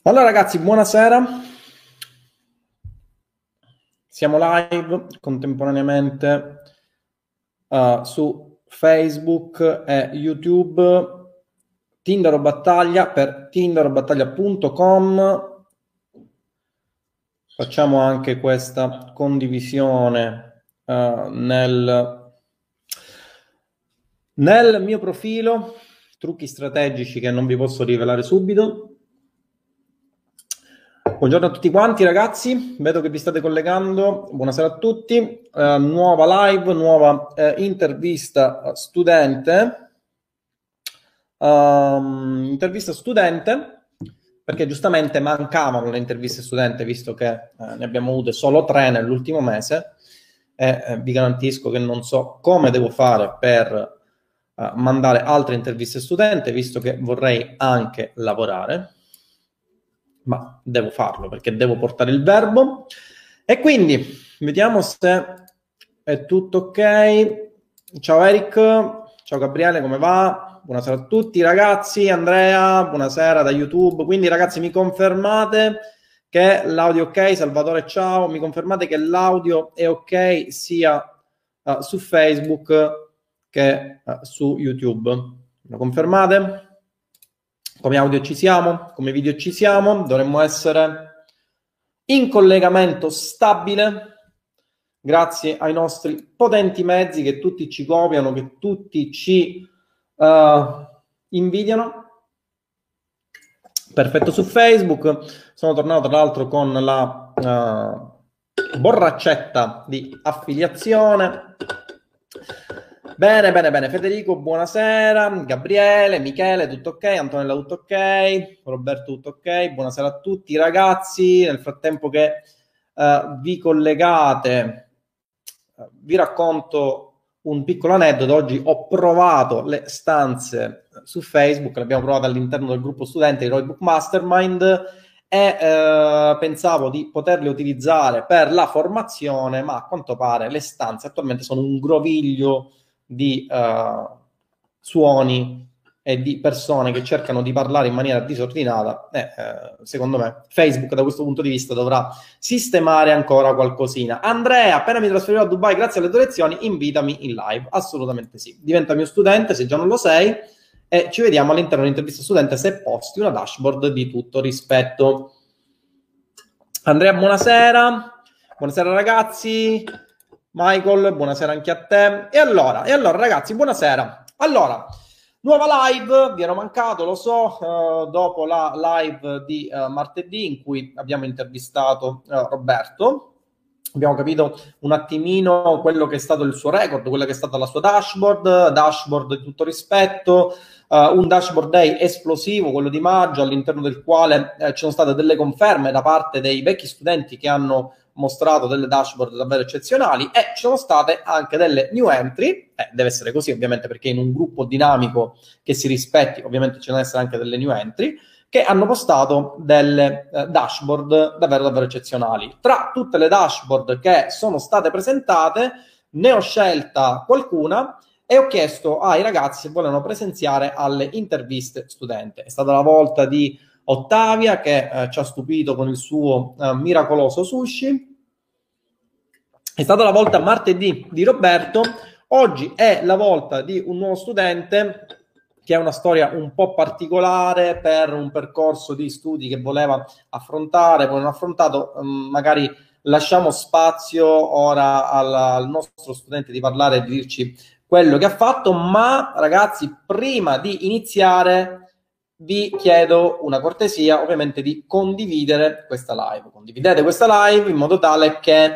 Allora ragazzi, buonasera. Siamo live contemporaneamente su Facebook e YouTube. Tinder o Battaglia per tinderobattaglia.com. Facciamo anche questa condivisione nel mio profilo. Trucchi strategici che non vi posso rivelare subito. Buongiorno a tutti quanti ragazzi, vedo che vi state collegando, buonasera a tutti, nuova live, nuova intervista studente, perché giustamente mancavano le interviste studente, visto che ne abbiamo avute solo 3 nell'ultimo mese, e vi garantisco che non so come devo fare per mandare altre interviste studente, visto che vorrei anche lavorare. Ma devo farlo perché devo portare il verbo. E quindi vediamo se è tutto ok. Ciao Eric, ciao Gabriele, come va? Buonasera a tutti ragazzi. Andrea, buonasera da YouTube. Quindi ragazzi, mi confermate che l'audio è ok? Salvatore, ciao. Mi confermate che l'audio è ok sia su Facebook che su YouTube? Lo confermate? Come audio ci siamo, come video ci siamo, dovremmo essere in collegamento stabile grazie ai nostri potenti mezzi che tutti ci copiano, che tutti ci invidiano. Perfetto su Facebook, sono tornato tra l'altro con la borraccetta di affiliazione. Bene, Federico, buonasera, Gabriele, Michele, tutto ok, Antonella, tutto ok, Roberto, tutto ok, buonasera a tutti ragazzi, nel frattempo che vi collegate, vi racconto un piccolo aneddoto. Oggi ho provato le stanze su Facebook, le abbiamo provate all'interno del gruppo studente di Roybook Mastermind e pensavo di poterle utilizzare per la formazione, ma a quanto pare le stanze attualmente sono un groviglio di suoni e di persone che cercano di parlare in maniera disordinata. Secondo me Facebook da questo punto di vista dovrà sistemare ancora qualcosina. Andrea, appena mi trasferirò a Dubai grazie alle tue lezioni, invitami in live. Assolutamente sì, diventa mio studente se già non lo sei e ci vediamo all'interno dell'intervista studente se posti una dashboard di tutto rispetto. Andrea, buonasera ragazzi. Michael, buonasera anche a te. E allora ragazzi, buonasera. Allora, nuova live, vi ero mancato, lo so, dopo la live di martedì in cui abbiamo intervistato Roberto. Abbiamo capito un attimino quello che è stato il suo record, quella che è stata la sua dashboard di tutto rispetto, un dashboard day esplosivo, quello di maggio, all'interno del quale ci sono state delle conferme da parte dei vecchi studenti che hanno mostrato delle dashboard davvero eccezionali e ci sono state anche delle new entry, deve essere così ovviamente perché in un gruppo dinamico che si rispetti ovviamente ci devono essere anche delle new entry, che hanno postato delle dashboard davvero eccezionali. Tra tutte le dashboard che sono state presentate ne ho scelta qualcuna e ho chiesto ai ragazzi se volevano presenziare alle interviste studente. È stata la volta di Ottavia che ci ha stupito con il suo miracoloso sushi. È stata la volta martedì di Roberto. Oggi è la volta di un nuovo studente che ha una storia un po' particolare per un percorso di studi che voleva affrontare, poi non ha affrontato. Magari lasciamo spazio ora al nostro studente di parlare e di dirci quello che ha fatto, ma ragazzi, prima di iniziare vi chiedo una cortesia, ovviamente di condividere questa live. Condividete questa live in modo tale che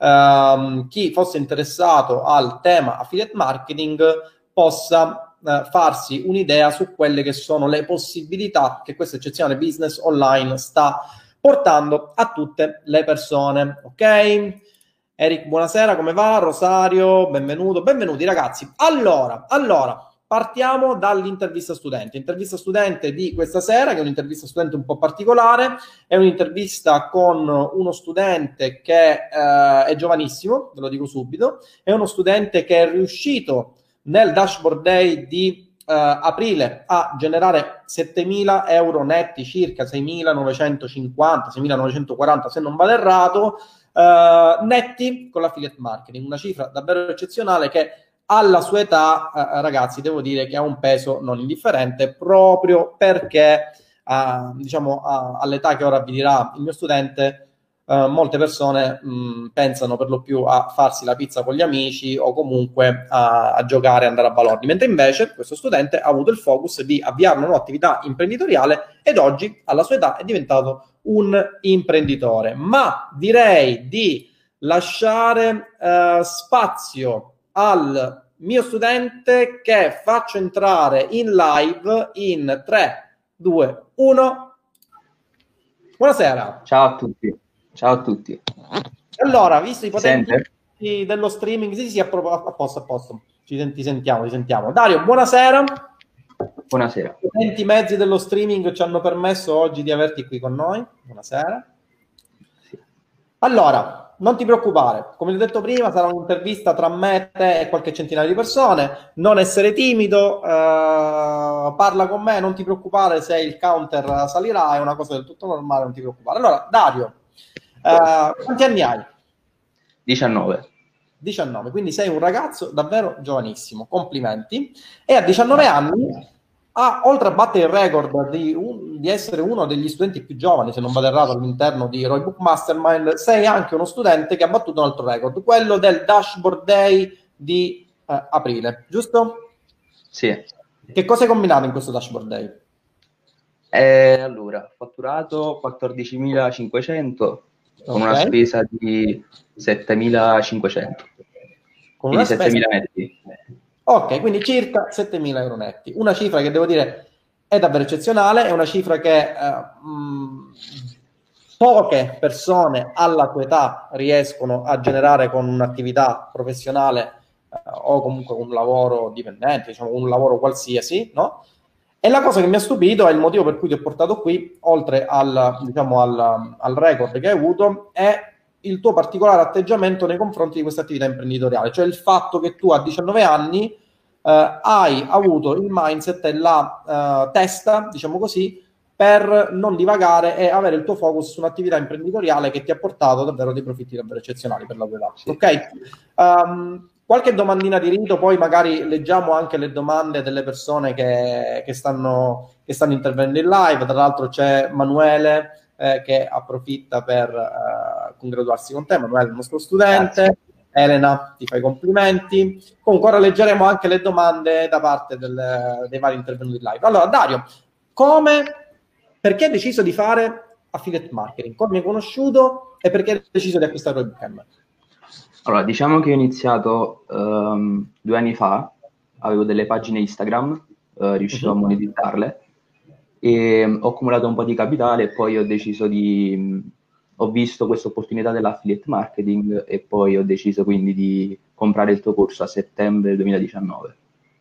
chi fosse interessato al tema affiliate marketing possa farsi un'idea su quelle che sono le possibilità che questo eccezionale business online sta portando a tutte le persone. Ok? Eric, buonasera, come va? Rosario, benvenuti ragazzi. Allora, partiamo dall'intervista studente. Intervista studente di questa sera, che è un'intervista studente un po' particolare, è un'intervista con uno studente che è giovanissimo, ve lo dico subito, è uno studente che è riuscito nel dashboard day di aprile a generare 7.000 euro netti, circa 6.950, 6.940 se non vado errato, netti con l'affiliate marketing, una cifra davvero eccezionale che alla sua età, ragazzi, devo dire che ha un peso non indifferente, proprio perché diciamo all'età che ora vi dirà il mio studente, molte persone pensano per lo più a farsi la pizza con gli amici o comunque a giocare e andare a balordi, mentre invece questo studente ha avuto il focus di avviare una nuova attività imprenditoriale ed oggi alla sua età è diventato un imprenditore. Ma direi di lasciare spazio al mio studente, che faccio entrare in live in 3, 2, 1. Buonasera. Ciao a tutti. Ciao a tutti. Allora, visto i potenti dello streaming, sì, a posto. Ti sentiamo. Dario, buonasera. Buonasera. I potenti mezzi dello streaming ci hanno permesso oggi di averti qui con noi. Buonasera. Sì. Allora, non ti preoccupare, come ti ho detto prima, sarà un'intervista tra me, te e qualche centinaio di persone. Non essere timido, parla con me, non ti preoccupare se il counter salirà, è una cosa del tutto normale, non ti preoccupare. Allora, Dario, quanti anni hai? 19. 19, quindi sei un ragazzo davvero giovanissimo, complimenti. E a 19 anni, oltre a battere il record di essere uno degli studenti più giovani, se non vado errato, all'interno di Roy Book Mastermind, sei anche uno studente che ha battuto un altro record, quello del Dashboard Day di aprile, giusto? Sì. Che cosa hai combinato in questo Dashboard Day? Allora, fatturato 14.500 con una Ok. spesa di 7.500. Con Quindi una spesa 7.000 netti. Ok, quindi circa 7.000 euro netti. Una cifra che devo dire è davvero eccezionale, è una cifra che poche persone alla tua età riescono a generare con un'attività professionale o comunque un lavoro dipendente, diciamo un lavoro qualsiasi, no? E la cosa che mi ha stupito è il motivo per cui ti ho portato qui, oltre diciamo, al record che hai avuto, è il tuo particolare atteggiamento nei confronti di questa attività imprenditoriale, cioè il fatto che tu a 19 anni hai avuto il mindset e la testa, diciamo così, per non divagare e avere il tuo focus su un'attività imprenditoriale che ti ha portato davvero dei profitti davvero eccezionali per la tua età. Sì. Ok? Qualche domandina di rito, poi magari leggiamo anche le domande delle persone che stanno intervenendo in live. Tra l'altro c'è Manuele che approfitta per congratularsi con te. Manuele è il nostro studente. Grazie. Elena, ti fai complimenti. Comunque ora leggeremo anche le domande da parte dei vari intervenuti in live. Allora, Dario, perché hai deciso di fare affiliate marketing? Come mi hai conosciuto e perché hai deciso di acquistare Webcam? Allora, diciamo che ho iniziato 2 anni fa, avevo delle pagine Instagram, riuscito a monetizzarle e ho accumulato un po' di capitale e poi ho deciso ho visto questa opportunità dell'affiliate marketing e poi ho deciso quindi di comprare il tuo corso a settembre 2019.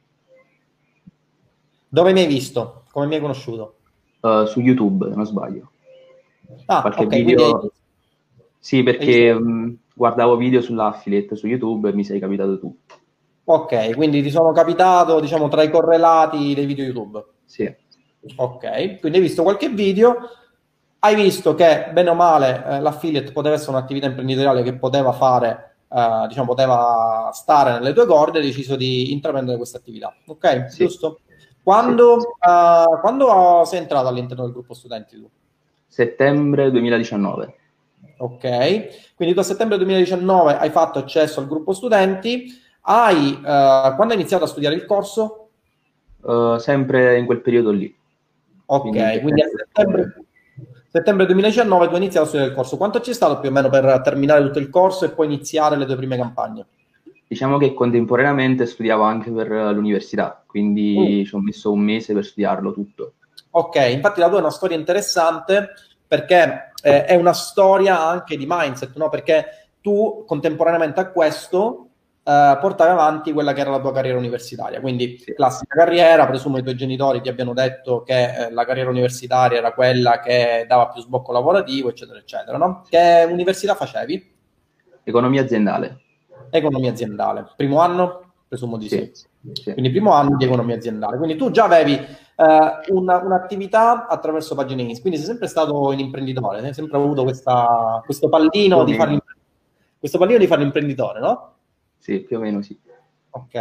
Dove mi hai visto? Come mi hai conosciuto? Su YouTube, se non sbaglio. Qualche ok, video. Sì, perché guardavo video sull'affiliate su YouTube e mi sei capitato tu. Ok, quindi ti sono capitato, diciamo, tra i correlati dei video YouTube. Sì. Ok, quindi hai visto qualche video, hai visto che bene o male l'affiliate poteva essere un'attività imprenditoriale che poteva fare, diciamo, poteva stare nelle tue corde, hai deciso di intraprendere questa attività. Ok, sì. Giusto? Quando sei entrato all'interno del gruppo studenti tu? Settembre 2019. Ok, quindi tu a settembre 2019 hai fatto accesso al gruppo studenti, quando hai iniziato a studiare il corso? Sempre in quel periodo lì. Ok, quindi a settembre 2019 tu hai iniziato a studiare il corso. Quanto ci è stato più o meno per terminare tutto il corso e poi iniziare le tue prime campagne? Diciamo che contemporaneamente studiavo anche per l'università, quindi ci ho messo un mese per studiarlo tutto. Ok, infatti la tua è una storia interessante perché è una storia anche di mindset, no? Perché tu contemporaneamente a questo portavi avanti quella che era la tua carriera universitaria, quindi sì. Classica carriera, presumo i tuoi genitori ti abbiano detto che la carriera universitaria era quella che dava più sbocco lavorativo, eccetera, eccetera, no? Che università facevi? Economia aziendale. Economia aziendale. Primo anno? presumo di Sì, sì. sì. Quindi primo anno di economia aziendale. Quindi tu già avevi un'attività attraverso pagine Insta, quindi sei sempre stato un imprenditore, hai sempre avuto questo Più pallino o di meno. fare l'imprenditore, no? Sì, più o meno sì. Ok.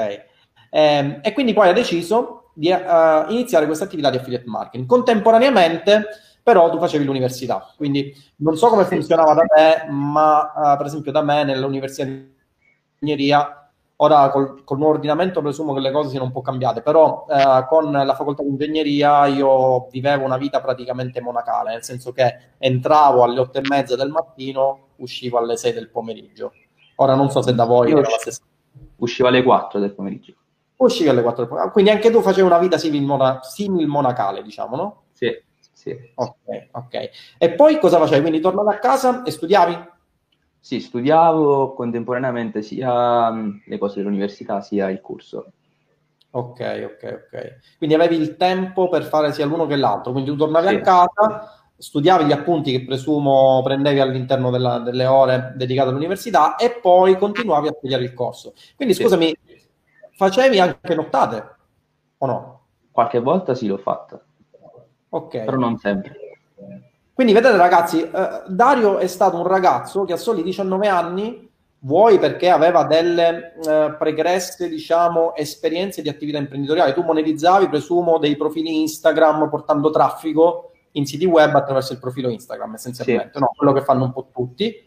E quindi poi ha deciso di iniziare questa attività di affiliate marketing. Contemporaneamente, però, tu facevi l'università, quindi non so come Sì, funzionava da te, ma per esempio da me nell'università di ingegneria, ora col nuovo ordinamento presumo che le cose siano un po' cambiate, però con la facoltà di ingegneria io vivevo una vita praticamente monacale, nel senso che entravo alle 8:30 del mattino, uscivo alle 6 del pomeriggio. Ora non so se da voi io era la stessa. uscivo alle 4 del pomeriggio. Uscivi alle 4 del pomeriggio. Quindi anche tu facevi una vita simil monacale, diciamo, no? Sì, sì. Ok, ok. E poi cosa facevi? Quindi tornavi a casa e studiavi? Sì, studiavo contemporaneamente sia le cose dell'università sia il corso. Ok, ok, ok. Quindi avevi il tempo per fare sia l'uno che l'altro. Quindi tu tornavi a Sì, casa, studiavi gli appunti che presumo prendevi all'interno delle ore dedicate all'università e poi continuavi a studiare il corso. Quindi sì. scusami, facevi anche nottate o no? Qualche volta sì l'ho fatta, Ok. però non sempre. Quindi vedete ragazzi, Dario è stato un ragazzo che a soli 19 anni, vuoi perché aveva delle pregresse, diciamo, esperienze di attività imprenditoriale. Tu monetizzavi, presumo, dei profili Instagram portando traffico in siti web attraverso il profilo Instagram, Sì, essenzialmente, no? Quello che fanno un po' tutti.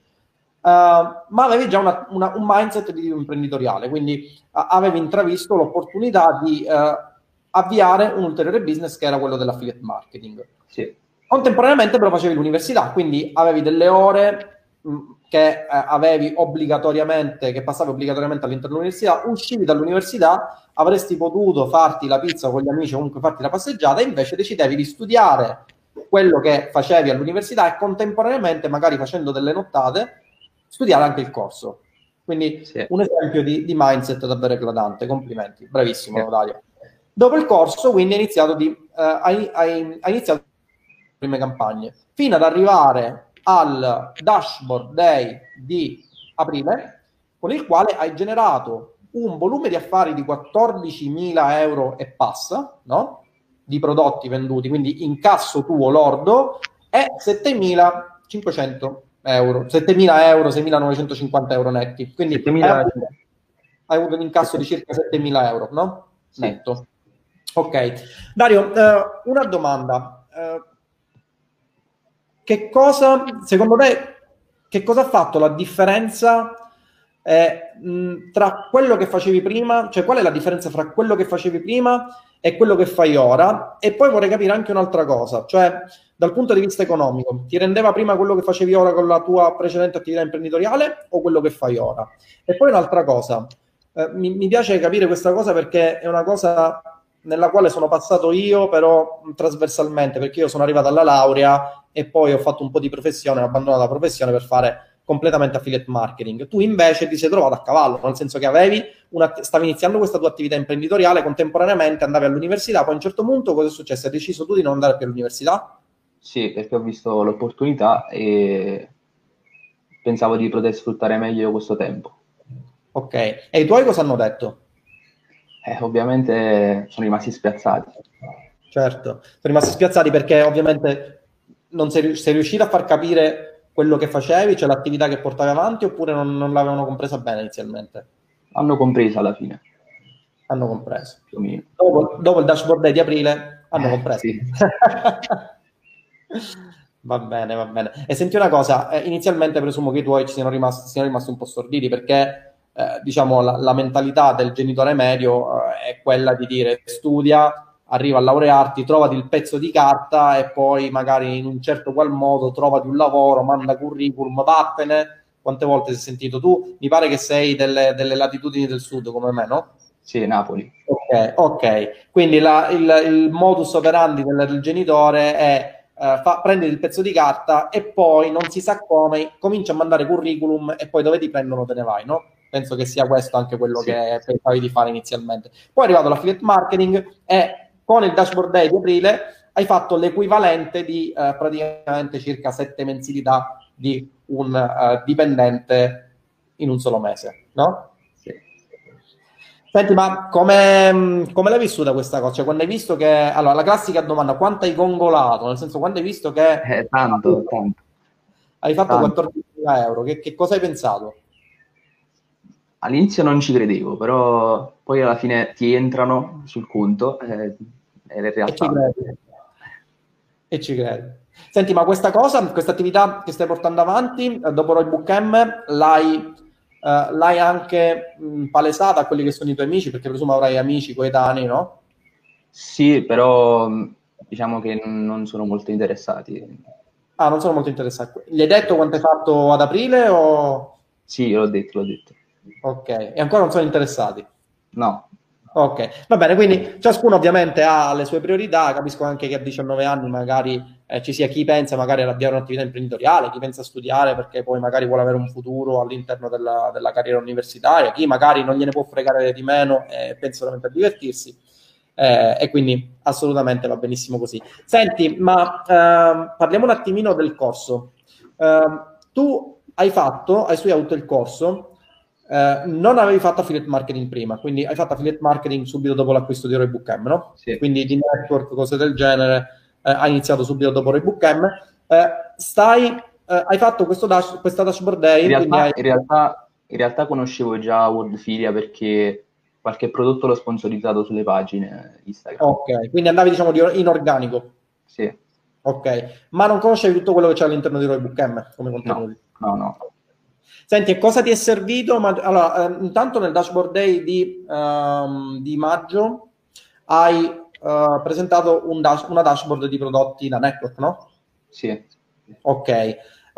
Ma avevi già un mindset di imprenditoriale, quindi avevi intravisto l'opportunità di avviare un ulteriore business che era quello dell'affiliate marketing. sì, Contemporaneamente però facevi l'università, quindi avevi delle ore che avevi obbligatoriamente, che passavi obbligatoriamente all'interno dell'università, uscivi dall'università, avresti potuto farti la pizza con gli amici o comunque farti la passeggiata, e invece decidevi di studiare quello che facevi all'università e contemporaneamente, magari facendo delle nottate, studiare anche il corso. Quindi sì, un esempio di mindset davvero eclatante. Complimenti, sì. bravissimo Dario. Dopo il corso, quindi, hai iniziato le prime campagne, fino ad arrivare al dashboard day di aprile, con il quale hai generato un volume di affari di 14.000 euro e passa, no? Di prodotti venduti, quindi incasso tuo lordo, e 7.500 euro, 7.000 euro, 6.950 euro netti. Quindi 7.000, hai avuto un incasso di circa 7.000 euro, no? sì. Netto. Ok. Dario, una domanda. Che cosa, secondo te, che cosa ha fatto la differenza tra quello che facevi prima, cioè qual è la differenza fra quello che facevi prima e quello che fai ora? E poi vorrei capire anche un'altra cosa, cioè dal punto di vista economico, ti rendeva prima quello che facevi ora con la tua precedente attività imprenditoriale o quello che fai ora? E poi un'altra cosa, mi piace capire questa cosa perché è una cosa nella quale sono passato io, però trasversalmente, perché io sono arrivato alla laurea e poi ho fatto un po' di professione, ho abbandonato la professione per fare completamente affiliate marketing. Tu invece ti sei trovato a cavallo, nel senso che stavi iniziando questa tua attività imprenditoriale, contemporaneamente andavi all'università, poi a un certo punto cosa è successo? Hai deciso tu di non andare più all'università? Sì, perché ho visto l'opportunità e pensavo di poter sfruttare meglio questo tempo. Ok, e i tuoi cosa hanno detto? Ovviamente sono rimasti spiazzati. Certo, sono rimasti spiazzati perché ovviamente non sei riuscito a far capire quello che facevi, cioè l'attività che portavi avanti, oppure non l'avevano compresa bene inizialmente? Hanno compreso alla fine, Hanno compreso. più o meno. Dopo il dashboard day di aprile hanno compreso. Sì, Va bene, va bene. E senti una cosa, inizialmente presumo che i tuoi siano rimasti un po' storditi perché, diciamo, la mentalità del genitore medio, è quella di dire studia, arriva a laurearti, trovati il pezzo di carta e poi magari in un certo qual modo trovati un lavoro, manda curriculum, vattene. Quante volte sei sentito tu? Mi pare che sei delle latitudini del sud come me, no? sì, Napoli. Ok, ok. Quindi il modus operandi del genitore è prendi il pezzo di carta e poi non si sa come, comincia a mandare curriculum e poi dove ti prendono te ne vai, no? Penso che sia questo anche quello Sì, che pensavi di fare inizialmente. Poi è arrivato l'affiliate marketing e con il dashboard day di aprile hai fatto l'equivalente di praticamente circa 7 mensilità di un dipendente in un solo mese, no? sì. Senti, ma come l'hai vissuta questa cosa? Cioè, quando hai visto che... Allora, la classica domanda, quanto hai gongolato? Nel senso, quando hai visto che Tanto, tanto, hai fatto tanto. 14.000 euro, che cosa hai pensato? All'inizio non ci credevo, però poi alla fine ti entrano sul conto e in E ci realtà credi. E ci credi. Senti, ma questa cosa, questa attività che stai portando avanti, dopo Roy Book M, l'hai anche palesata a quelli che sono i tuoi amici, perché presumo avrai amici coetanei, no? sì, però diciamo che non sono molto interessati. Ah, non sono molto interessati. Gli hai detto quanto hai fatto ad aprile o... Sì, l'ho detto, l'ho detto. Ok, e ancora non sono interessati. No, Ok, va bene, quindi ciascuno ovviamente ha le sue priorità, capisco anche che a 19 anni magari ci sia chi pensa magari ad avviare un'attività imprenditoriale, chi pensa a studiare perché poi magari vuole avere un futuro all'interno della carriera universitaria, chi magari non gliene può fregare di meno e pensa solamente a divertirsi, e quindi assolutamente va benissimo così. Senti, ma parliamo un attimino del corso. Tu hai studiato il corso, non avevi fatto affiliate marketing prima, quindi hai fatto affiliate marketing subito dopo l'acquisto di Roybook M, no? sì. Quindi di network, cose del genere, hai iniziato subito dopo Roybook M. Hai fatto questa dashboard In day, quindi realtà, hai... in realtà conoscevo già Wordfilia perché qualche prodotto l'ho sponsorizzato sulle pagine Instagram. Ok, quindi andavi diciamo in organico, Sì, ok, ma non conoscevi tutto quello che c'è all'interno di Roybook M come no, contenuti. no, no. Senti, e cosa ti è servito? Allora, intanto nel dashboard day di maggio hai presentato una dashboard di prodotti da network, no? Sì. Ok.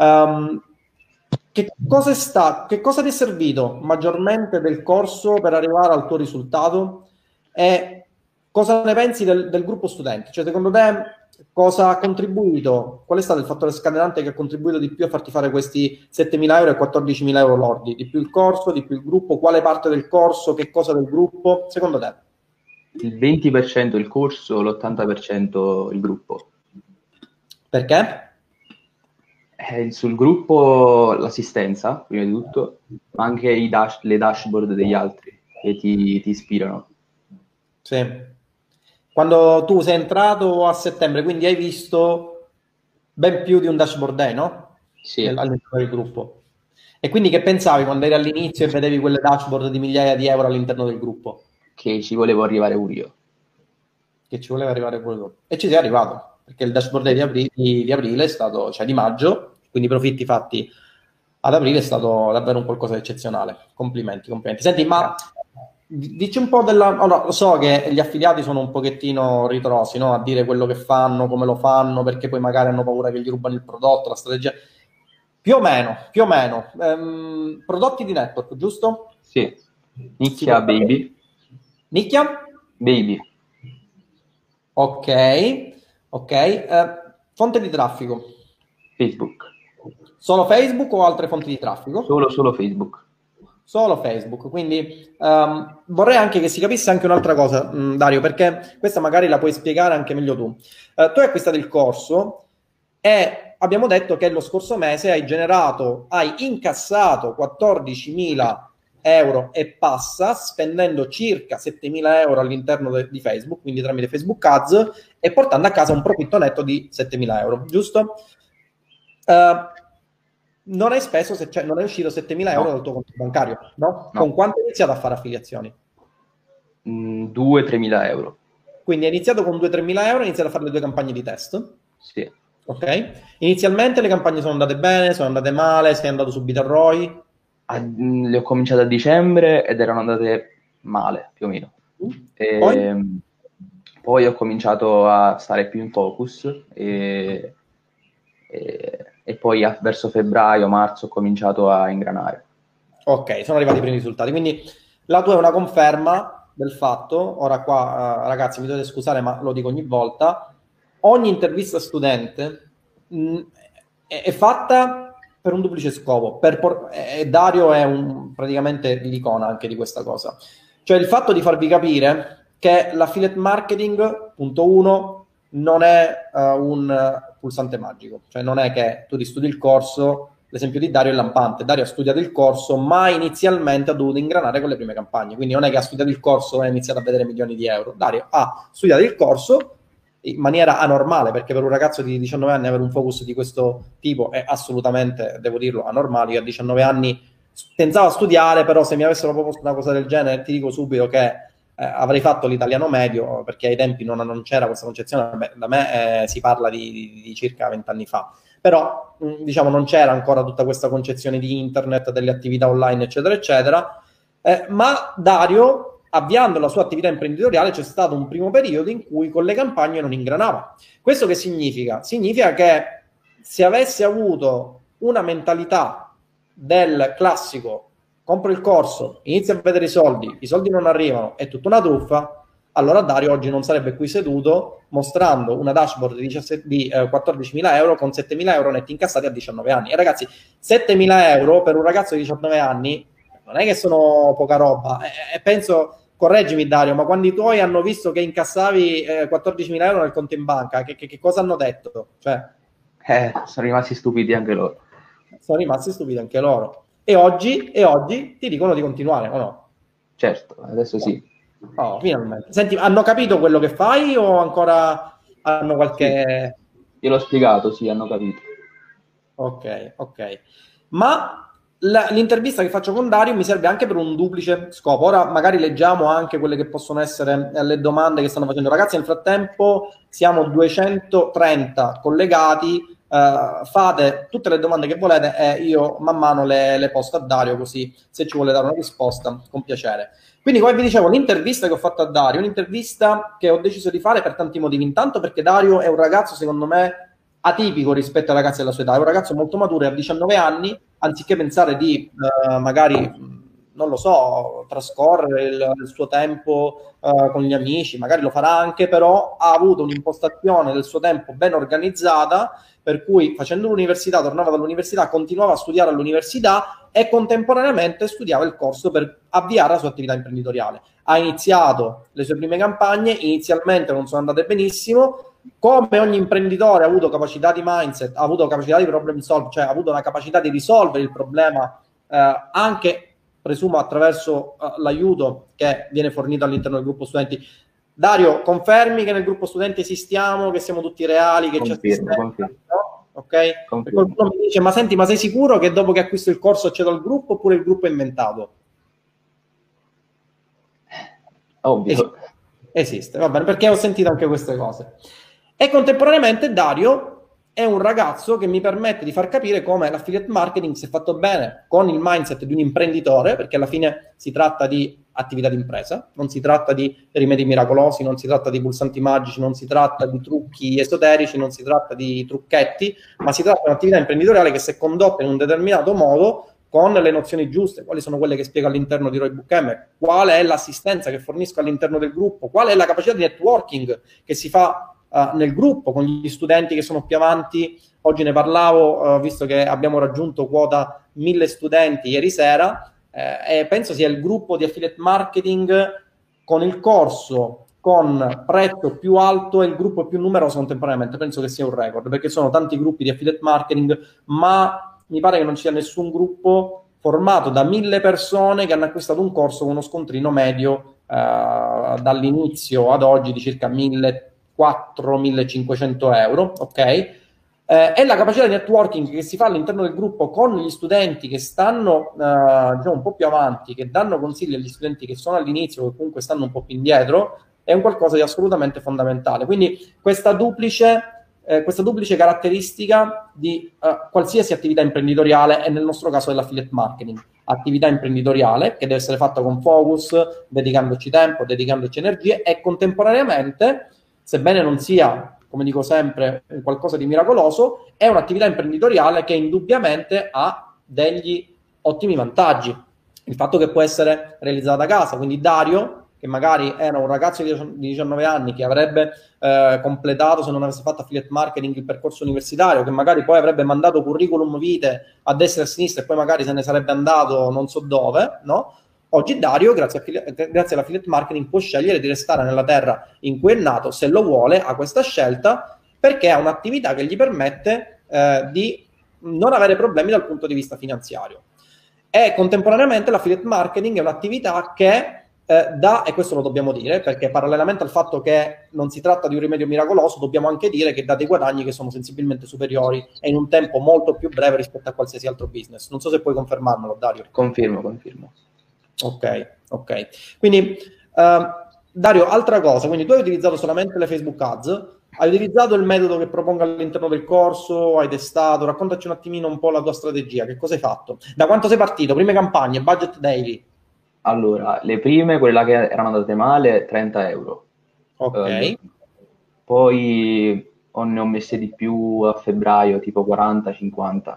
Che cosa ti è servito maggiormente del corso per arrivare al tuo risultato? E cosa ne pensi del gruppo studenti? Cioè, secondo te, cosa ha contribuito? Qual è stato il fattore scatenante che ha contribuito di più a farti fare questi 7.000 euro e 14.000 euro lordi? Di più il corso, di più il gruppo? Quale parte del corso? Che cosa del gruppo? Secondo te? Il 20% il corso, l'80% il gruppo. Perché? Sul gruppo l'assistenza, prima di tutto, ma anche le dashboard degli altri che ti ispirano. Sì. Quando tu sei entrato a settembre, quindi hai visto ben più di un dashboard day, no? Sì, All'interno del gruppo. E quindi che pensavi quando eri all'inizio e vedevi quelle dashboard di migliaia di euro all'interno del gruppo? che ci volevo arrivare pure io. Che ci voleva arrivare pure tu. E ci sei arrivato, perché il dashboard day di aprile è stato, cioè di maggio, quindi i profitti fatti ad aprile è stato davvero un qualcosa di eccezionale. Complimenti, complimenti. Senti, ma Grazie. dici un po' della... Allora, lo so che gli affiliati sono un pochettino ritrosi, no? A dire quello che fanno, come lo fanno, perché poi magari hanno paura che gli rubano il prodotto, la strategia. Più o meno, più o meno. Prodotti di network, giusto? Sì, Si nicchia può sapere. baby, Nicchia? baby, Ok, ok. Fonte di traffico. Facebook, Solo Facebook o altre fonti di traffico? solo Facebook. Solo Facebook, quindi vorrei anche che si capisse anche un'altra cosa, Dario, perché questa magari la puoi spiegare anche meglio tu. Tu hai acquistato il corso e abbiamo detto che lo scorso mese hai incassato 14.000 euro e passa, spendendo circa 7.000 euro all'interno di Facebook, quindi tramite Facebook Ads, e portando a casa un profitto netto di 7.000 euro, giusto? Non hai speso, cioè non è uscito 7.000 euro No, dal tuo conto bancario, no? Con no, quanto hai iniziato a fare affiliazioni? 2-3 mila euro. Quindi hai iniziato con 2-3 mila euro, hai iniziato a fare le due campagne di test, Sì. ok? Inizialmente le campagne sono andate bene, sono andate male, sei andato subito a ROI? Le ho cominciate a dicembre ed erano andate male, più o meno. Poi? Poi ho cominciato a stare più in focus e poi verso febbraio, marzo ho cominciato a ingranare. Ok, sono arrivati i primi risultati. Quindi la tua è una conferma del fatto, ora qua ragazzi mi dovete scusare ma lo dico ogni volta, ogni intervista studente è fatta per un duplice scopo, e Dario è praticamente l'icona anche di questa cosa. Cioè il fatto di farvi capire che l'affiliate marketing, punto uno, non è un pulsante magico, cioè non è che tu ti studi il corso, l'esempio di Dario è lampante. Dario ha studiato il corso, ma inizialmente ha dovuto ingranare con le prime campagne, quindi non è che ha studiato il corso e ha iniziato a vedere milioni di euro. Dario ha studiato il corso in maniera anormale, perché per un ragazzo di 19 anni avere un focus di questo tipo è assolutamente, devo dirlo, anormale. Io a 19 anni pensavo a studiare, però se mi avessero proposto una cosa del genere ti dico subito che avrei fatto l'italiano medio, perché ai tempi non c'era questa concezione. Beh, da me si parla di circa 20 anni fa, però diciamo non c'era ancora tutta questa concezione di internet, delle attività online eccetera eccetera, ma Dario, avviando la sua attività imprenditoriale, c'è stato un primo periodo in cui con le campagne non ingranava. Questo che significa? Significa che se avesse avuto una mentalità del classico compro il corso, inizio a vedere i soldi non arrivano, è tutta una truffa, allora Dario oggi non sarebbe qui seduto mostrando una dashboard di 14.000 euro con 7.000 euro netti incassati a 19 anni. E ragazzi, 7.000 euro per un ragazzo di 19 anni non è che sono poca roba, e penso, correggimi Dario, ma quando i tuoi hanno visto che incassavi 14.000 euro nel conto in banca, che cosa hanno detto? Cioè, sono rimasti stupidi anche loro. Sono rimasti stupidi anche loro. E oggi ti dicono di continuare, o no? Certo, adesso sì. Oh, finalmente. Senti, hanno capito quello che fai o ancora hanno qualche... Sì. Io l'ho spiegato, sì, hanno capito. Ok. Ma l'intervista che faccio con Dario mi serve anche per un duplice scopo. Ora magari leggiamo anche quelle che possono essere le domande che stanno facendo. Ragazzi, nel frattempo siamo 230 collegati. Fate tutte le domande che volete e io man mano le posto a Dario, così se ci vuole dare una risposta, con piacere. Quindi, come vi dicevo, l'intervista che ho fatto a Dario, un'intervista che ho deciso di fare per tanti motivi. Intanto perché Dario è un ragazzo, secondo me, atipico rispetto ai ragazzi della sua età. È un ragazzo molto maturo e a 19 anni, anziché pensare di magari, non lo so, trascorrere il suo tempo con gli amici, magari lo farà anche, però ha avuto un'impostazione del suo tempo ben organizzata, per cui facendo l'università, tornava dall'università, continuava a studiare all'università e contemporaneamente studiava il corso per avviare la sua attività imprenditoriale. Ha iniziato le sue prime campagne, inizialmente non sono andate benissimo. Come ogni imprenditore ha avuto capacità di mindset, ha avuto capacità di problem solve, cioè ha avuto una capacità di risolvere il problema anche, presumo, attraverso l'aiuto che viene fornito all'interno del gruppo studenti. Dario, confermi che nel gruppo studenti esistiamo, che siamo tutti reali, che c'è sistema, no? Ok? Perché qualcuno mi dice, ma senti, ma sei sicuro che dopo che acquisto il corso accedo al gruppo oppure il gruppo è inventato? Ovvio. Esiste, va bene, perché ho sentito anche queste cose. E contemporaneamente Dario è un ragazzo che mi permette di far capire come l'affiliate marketing, se fatto bene con il mindset di un imprenditore, perché alla fine si tratta di attività di impresa, non si tratta di rimedi miracolosi, non si tratta di pulsanti magici, non si tratta di trucchi esoterici, non si tratta di trucchetti, ma si tratta di un'attività imprenditoriale che, se condotta in un determinato modo, con le nozioni giuste, quali sono quelle che spiego all'interno di Roy Bookhammer, qual è l'assistenza che fornisco all'interno del gruppo, qual è la capacità di networking che si fa nel gruppo con gli studenti che sono più avanti. Oggi ne parlavo, visto che abbiamo raggiunto quota 1000 studenti ieri sera, e penso sia il gruppo di affiliate marketing con il corso con prezzo più alto e il gruppo più numeroso contemporaneamente. Penso che sia un record, perché sono tanti gruppi di affiliate marketing, ma mi pare che non ci sia nessun gruppo formato da 1000 persone che hanno acquistato un corso con uno scontrino medio dall'inizio ad oggi di circa 1.400-1.500 euro, ok? E la capacità di networking che si fa all'interno del gruppo con gli studenti che stanno diciamo un po' più avanti, che danno consigli agli studenti che sono all'inizio, che comunque stanno un po' più indietro, è un qualcosa di assolutamente fondamentale. Quindi questa duplice caratteristica di qualsiasi attività imprenditoriale, e nel nostro caso dell'affiliate marketing, attività imprenditoriale che deve essere fatta con focus, dedicandoci tempo, dedicandoci energie, e contemporaneamente, sebbene non sia, come dico sempre, qualcosa di miracoloso, è un'attività imprenditoriale che indubbiamente ha degli ottimi vantaggi. Il fatto che può essere realizzata da casa, quindi Dario, che magari era un ragazzo di 19 anni che avrebbe completato, se non avesse fatto affiliate marketing, il percorso universitario, che magari poi avrebbe mandato curriculum vitae a destra e a sinistra e poi magari se ne sarebbe andato non so dove, no? Oggi Dario, grazie all'affiliate marketing, può scegliere di restare nella terra in cui è nato, se lo vuole, ha questa scelta, perché ha un'attività che gli permette di non avere problemi dal punto di vista finanziario. E contemporaneamente l'affiliate marketing è un'attività che dà, e questo lo dobbiamo dire, perché parallelamente al fatto che non si tratta di un rimedio miracoloso, dobbiamo anche dire che dà dei guadagni che sono sensibilmente superiori e in un tempo molto più breve rispetto a qualsiasi altro business. Non so se puoi confermarmelo, Dario. Confermo. Ok. Quindi, Dario, altra cosa, quindi tu hai utilizzato solamente le Facebook Ads, hai utilizzato il metodo che propongo all'interno del corso, hai testato, raccontaci un attimino un po' la tua strategia, che cosa hai fatto? Da quanto sei partito? Prime campagne, budget daily? Allora, le prime, quelle là che erano andate male, 30 euro. Ok. Poi ne ho messe di più a febbraio, tipo 40-50.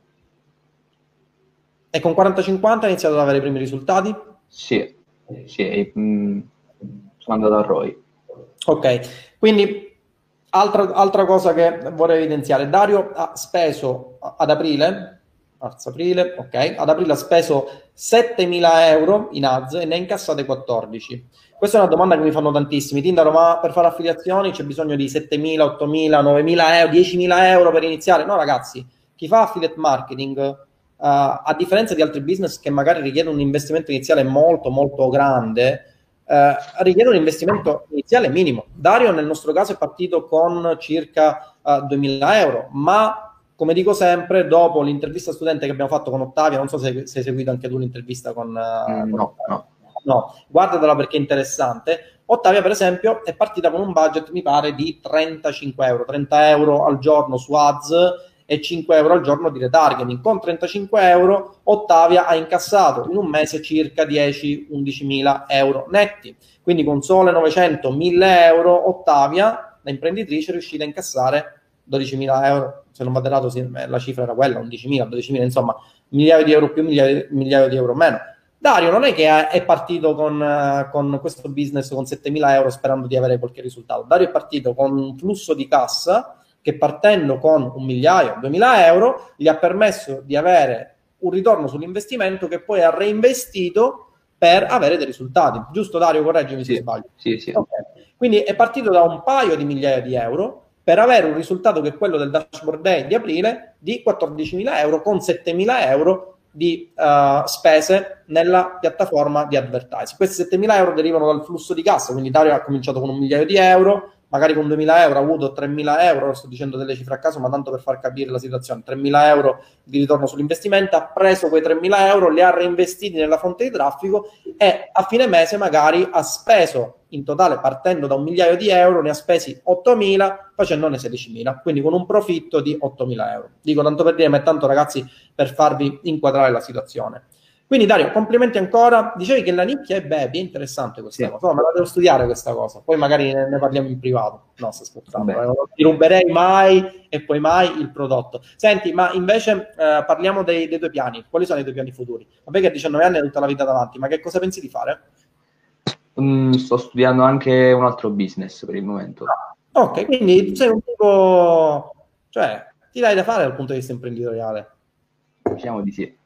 E con 40-50 hai iniziato ad avere i primi risultati? Sì, sono andato a ROI. Ok, quindi altra cosa che vorrei evidenziare. Dario ha speso ad aprile, marzo-aprile, ok, ad aprile ha speso 7.000 euro in ads e ne ha incassate 14. Questa è una domanda che mi fanno tantissimi. Tindaro, ma per fare affiliazioni c'è bisogno di 7.000, 8.000, 9.000 euro, 10.000 euro per iniziare? No, ragazzi, chi fa affiliate marketing, a differenza di altri business che magari richiedono un investimento iniziale molto, molto grande, richiede un investimento iniziale minimo. Dario nel nostro caso è partito con circa 2.000 euro, ma come dico sempre, dopo l'intervista studente che abbiamo fatto con Ottavia, non so se hai seguito anche tu l'intervista con no, guardatela perché è interessante. Ottavia, per esempio, è partita con un budget, mi pare, di 35 euro, 30 euro al giorno su ads e 5 euro al giorno di retargeting. Con 35 euro Ottavia ha incassato in un mese circa 10-11.000 euro netti. Quindi con sole 900-1.000 euro Ottavia, la imprenditrice, è riuscita a incassare 12.000 euro. Se non vado errato, la cifra era quella, 11.000, 12.000, insomma, migliaio di euro più, migliaio di euro meno. Dario non è che è partito con questo business con 7.000 euro sperando di avere qualche risultato. Dario è partito con un flusso di cassa che, partendo con 1.000.000, 2.000 euro, gli ha permesso di avere un ritorno sull'investimento che poi ha reinvestito per avere dei risultati. Giusto, Dario? Correggimi se sbaglio. Sì. Okay. Quindi è partito da un paio di migliaia di euro per avere un risultato che è quello del dashboard day di aprile di 14.000 euro con 7.000 euro di spese nella piattaforma di advertising. Questi 7.000 euro derivano dal flusso di cassa, quindi Dario ha cominciato con 1.000.000 di euro, magari con 2.000 euro ha avuto 3.000 euro, sto dicendo delle cifre a caso, ma tanto per far capire la situazione, 3.000 euro di ritorno sull'investimento, ha preso quei 3.000 euro, li ha reinvestiti nella fonte di traffico e a fine mese magari ha speso in totale, partendo da 1.000.000 di euro, ne ha spesi 8.000, facendone 16.000, quindi con un profitto di 8.000 euro. Dico tanto per dire, ma è tanto, ragazzi, per farvi inquadrare la situazione. Quindi Dario, complimenti ancora. Dicevi che la nicchia è baby, è interessante questa cosa. No, me la devo studiare questa cosa, poi magari ne parliamo in privato. No, sto aspettando. Non ti ruberei mai e poi mai il prodotto. Senti, ma invece parliamo dei tuoi piani. Quali sono i tuoi piani futuri? Vabbè che a 19 anni hai tutta la vita davanti, ma che cosa pensi di fare? Sto studiando anche un altro business per il momento. Ok, quindi sei un tipo... cioè, ti dai da fare dal punto di vista imprenditoriale. Diciamo di sì.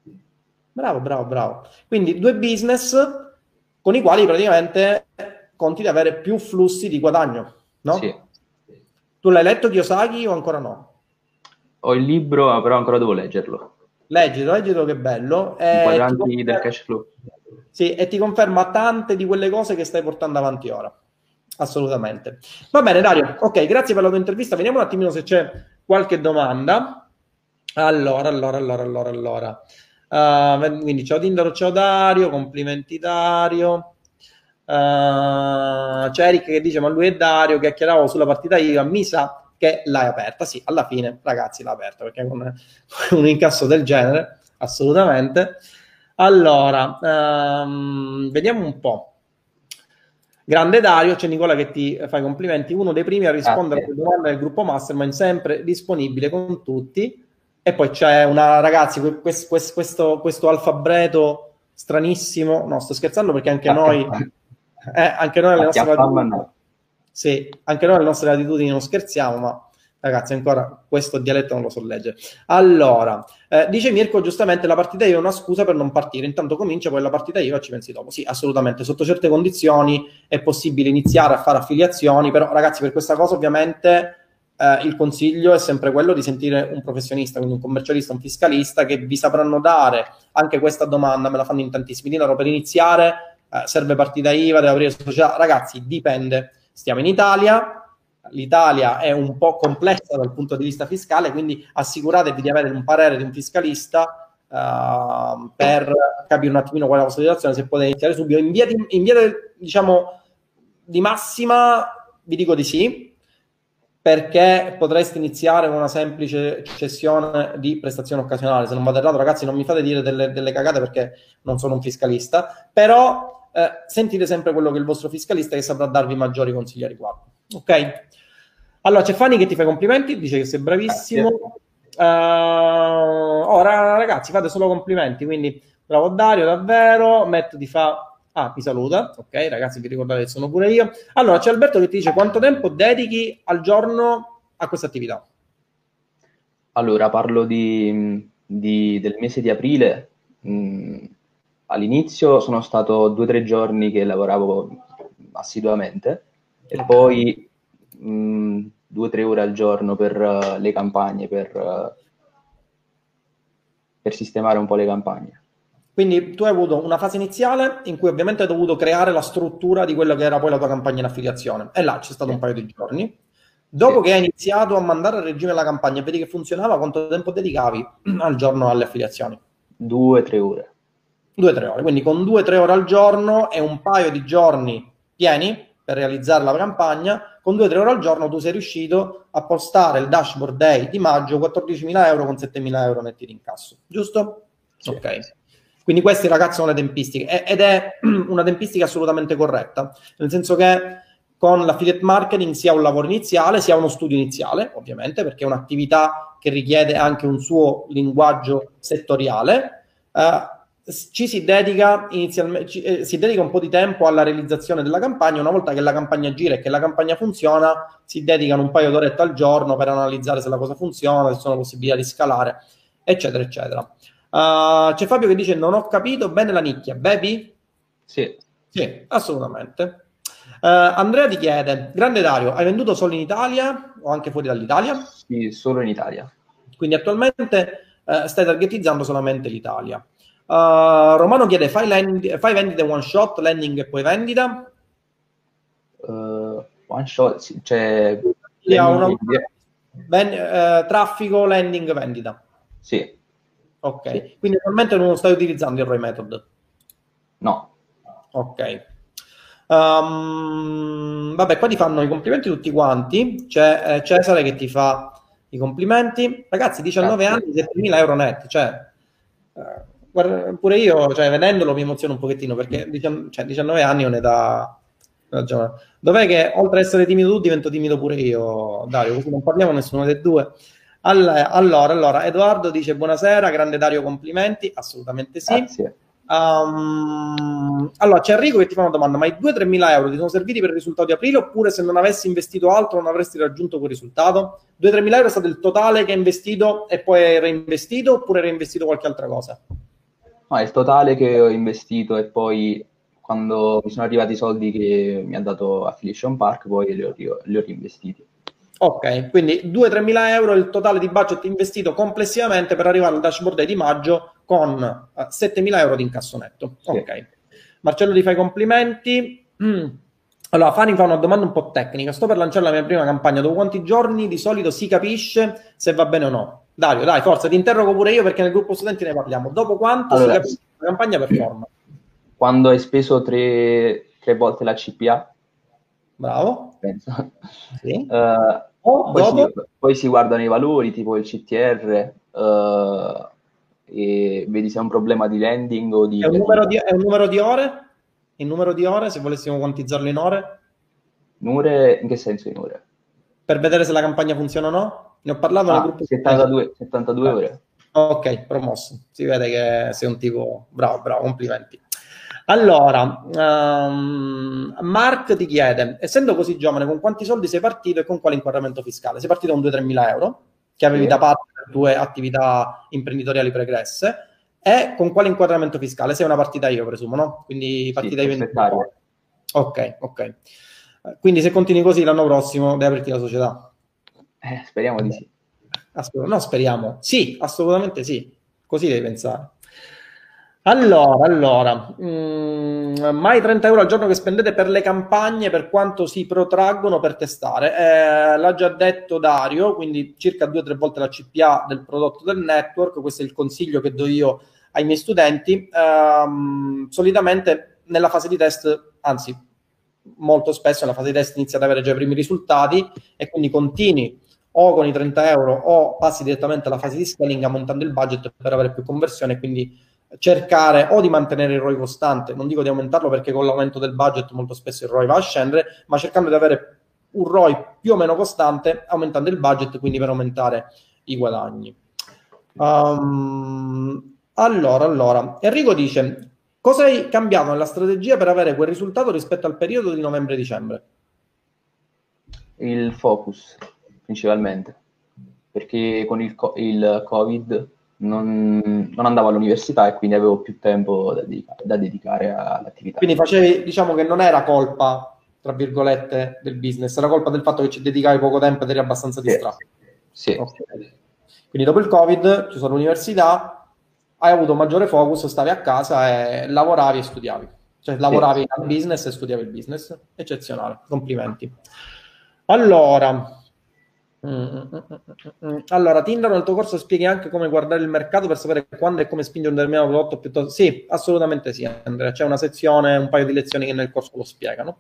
Bravo. Quindi 2 business con i quali praticamente conti di avere più flussi di guadagno, no? Sì. Tu l'hai letto Kiyosaki o ancora no? Ho il libro, però ancora devo leggerlo. Leggilo, che bello. I quadranti del cash flow. Sì, e ti conferma tante di quelle cose che stai portando avanti ora. Assolutamente. Va bene, Dario. Ok, grazie per la tua intervista. Vediamo un attimino se c'è qualche domanda. Allora. Quindi ciao Tindaro, ciao Dario, complimenti Dario. C'è Eric che dice: ma lui è Dario, che chiacchieravo sulla partita IVA, mi sa che l'hai aperta. Sì, alla fine, ragazzi, l'ha aperta, perché con un incasso del genere, assolutamente. Allora, vediamo un po'. Grande Dario, c'è Nicola che ti fa i complimenti, uno dei primi a rispondere alle domande del gruppo Mastermind, sempre disponibile con tutti. E poi c'è una, ragazzi, questo alfabeto stranissimo, no, sto scherzando perché anche noi alle nostre latitudini, sì, anche noi alle nostre latitudini non scherziamo, ma ragazzi, ancora questo dialetto non lo so leggere. Allora, dice Mirko giustamente, la partita IVA è una scusa per non partire, intanto comincia, poi la partita IVA ci pensi dopo. Sì, assolutamente, sotto certe condizioni è possibile iniziare a fare affiliazioni, però ragazzi, per questa cosa ovviamente il consiglio è sempre quello di sentire un professionista, quindi un commercialista, un fiscalista, che vi sapranno dare anche questa domanda. Me la fanno in tantissimi. Dillo, per iniziare serve partita IVA, deve aprire società. Ragazzi, dipende. Stiamo in Italia, l'Italia è un po' complessa dal punto di vista fiscale, quindi assicuratevi di avere un parere di un fiscalista per capire un attimino qual è la vostra situazione, se potete iniziare subito. In via diciamo, di massima vi dico di sì, perché potreste iniziare con una semplice cessione di prestazione occasionale. Se non vado errato, ragazzi, non mi fate dire delle cagate, perché non sono un fiscalista, però sentite sempre quello che è il vostro fiscalista, che saprà darvi maggiori consigli a riguardo. Ok? Allora, c'è Fanny che ti fa i complimenti, dice che sei bravissimo. Ora, ragazzi, fate solo complimenti, quindi bravo Dario, davvero. Matt ti fa... mi saluta. Ok, ragazzi, vi ricordate che sono pure io. Allora, c'è Alberto che ti dice: quanto tempo dedichi al giorno a questa attività? Allora, parlo del mese di aprile. All'inizio sono stato 2 o 3 giorni che lavoravo assiduamente, e poi 2 o 3 ore al giorno per le campagne, per sistemare un po' le campagne. Quindi tu hai avuto una fase iniziale in cui ovviamente hai dovuto creare la struttura di quello che era poi la tua campagna in affiliazione, e là c'è stato un paio di giorni. Dopo che hai iniziato a mandare a regime la campagna e vedi che funzionava, quanto tempo dedicavi al giorno alle affiliazioni? 2 o 3 ore. 2 o 3 ore, quindi con 2 o 3 ore al giorno e un paio di giorni pieni per realizzare la campagna, con 2 o 3 ore al giorno tu sei riuscito a postare il dashboard day di maggio 14.000 euro con 7.000 euro netti di incasso, giusto? Sì. Ok. Quindi queste, ragazzi, sono le tempistiche, ed è una tempistica assolutamente corretta, nel senso che con l'affiliate marketing si ha un lavoro iniziale, si ha uno studio iniziale, ovviamente, perché è un'attività che richiede anche un suo linguaggio settoriale. Ci si dedica inizialmente, si dedica un po' di tempo alla realizzazione della campagna. Una volta che la campagna gira e che la campagna funziona, si dedicano un paio d'orette al giorno per analizzare se la cosa funziona, se sono possibilità di scalare, eccetera, eccetera. C'è Fabio che dice: non ho capito bene la nicchia, bevi? Sì. Sì, assolutamente. Andrea ti chiede: grande Dario, hai venduto solo in Italia o anche fuori dall'Italia? Sì, solo in Italia. Quindi attualmente stai targetizzando solamente l'Italia. Romano chiede: fai vendite one shot, landing e poi vendita? One shot, sì, cioè traffico, landing, vendita. Sì. Ok, sì. quindi attualmente non stai utilizzando il ROI method? No. Ok. Vabbè, qua ti fanno i complimenti tutti quanti. C'è Cesare che ti fa i complimenti. Ragazzi, 19 anni, 7.000 euro net. Cioè, guarda, pure io, cioè, vedendolo mi emoziono un pochettino, perché 19 anni è un'età... Dov'è che oltre ad essere timido tu divento timido pure io, Dario? Così non parliamo nessuno dei due. Allora, Edoardo dice: buonasera, grande Dario, complimenti. Assolutamente sì. Grazie. Allora, c'è Enrico che ti fa una domanda: ma i 2-3 mila euro ti sono serviti per il risultato di aprile, oppure se non avessi investito altro non avresti raggiunto quel risultato? 2-3 mila euro è stato il totale che hai investito e poi hai reinvestito, oppure hai reinvestito qualche altra cosa? No, è il totale che ho investito, e poi quando mi sono arrivati i soldi che mi ha dato Affiliation Park, poi li ho reinvestiti. Ok, quindi 2-3 mila euro è il totale di budget investito complessivamente per arrivare al dashboard day di maggio con 7.000 euro di incasso netto. Sì. Ok, Marcello ti fa i complimenti. Allora, Fanny fa una domanda un po' tecnica: sto per lanciare la mia prima campagna, dopo quanti giorni di solito si capisce se va bene o no? Dario, dai, forza, ti interrogo pure io, perché nel gruppo studenti ne parliamo. Dopo quanto si capisce se la campagna performa? Quando hai speso 3 volte la CPA. Bravo. Penso. Sì. Poi si guardano i valori, tipo il CTR, e vedi se è un problema di landing o di... È un numero di ore? Il numero di ore, se volessimo quantizzarlo in ore? In che senso in ore? Per vedere se la campagna funziona o no? Ne ho parlato nel gruppo. 72 ore. Ok, promosso. Si vede che sei un tipo bravo, complimenti. Allora, Mark ti chiede: essendo così giovane, con quanti soldi sei partito e con quale inquadramento fiscale? Sei partito con 2-3 mila euro che avevi da parte per tue attività imprenditoriali pregresse, e con quale inquadramento fiscale? Sei una partita IVA, presumo, no? Quindi partita IVA. Ok. Quindi se continui così l'anno prossimo devi aprirti la società. Speriamo di sì. No, speriamo. Sì, assolutamente sì. Così devi pensare. Allora, mai 30 euro al giorno che spendete per le campagne, per quanto si protraggono per testare. L'ha già detto Dario, quindi circa 2 o 3 volte la CPA del prodotto del network. Questo è il consiglio che do io ai miei studenti. Solitamente nella fase di test, anzi, molto spesso nella fase di test inizia ad avere già i primi risultati e quindi continui o con i 30 euro o passi direttamente alla fase di scaling aumentando il budget per avere più conversione e quindi cercare o di mantenere il ROI costante, non dico di aumentarlo perché con l'aumento del budget molto spesso il ROI va a scendere, ma cercando di avere un ROI più o meno costante aumentando il budget, quindi per aumentare i guadagni. Allora, Enrico dice: cosa hai cambiato nella strategia per avere quel risultato rispetto al periodo di novembre-dicembre? Il focus, principalmente, perché con il Covid non andavo all'università e quindi avevo più tempo da dedicare all'attività. Quindi facevi, diciamo che non era colpa, tra virgolette, del business, era colpa del fatto che ci dedicavi poco tempo ed eri abbastanza distratto. Sì. Okay. Quindi dopo il Covid, chiuso all'università, hai avuto maggiore focus, stavi a casa e lavoravi e studiavi. Cioè lavoravi al business e studiavi il business. Eccezionale, complimenti. Allora, Tinder nel tuo corso spieghi anche come guardare il mercato per sapere quando e come spingere un determinato prodotto piuttosto. Sì, assolutamente sì, Andrea. C'è una sezione, un paio di lezioni che nel corso lo spiegano.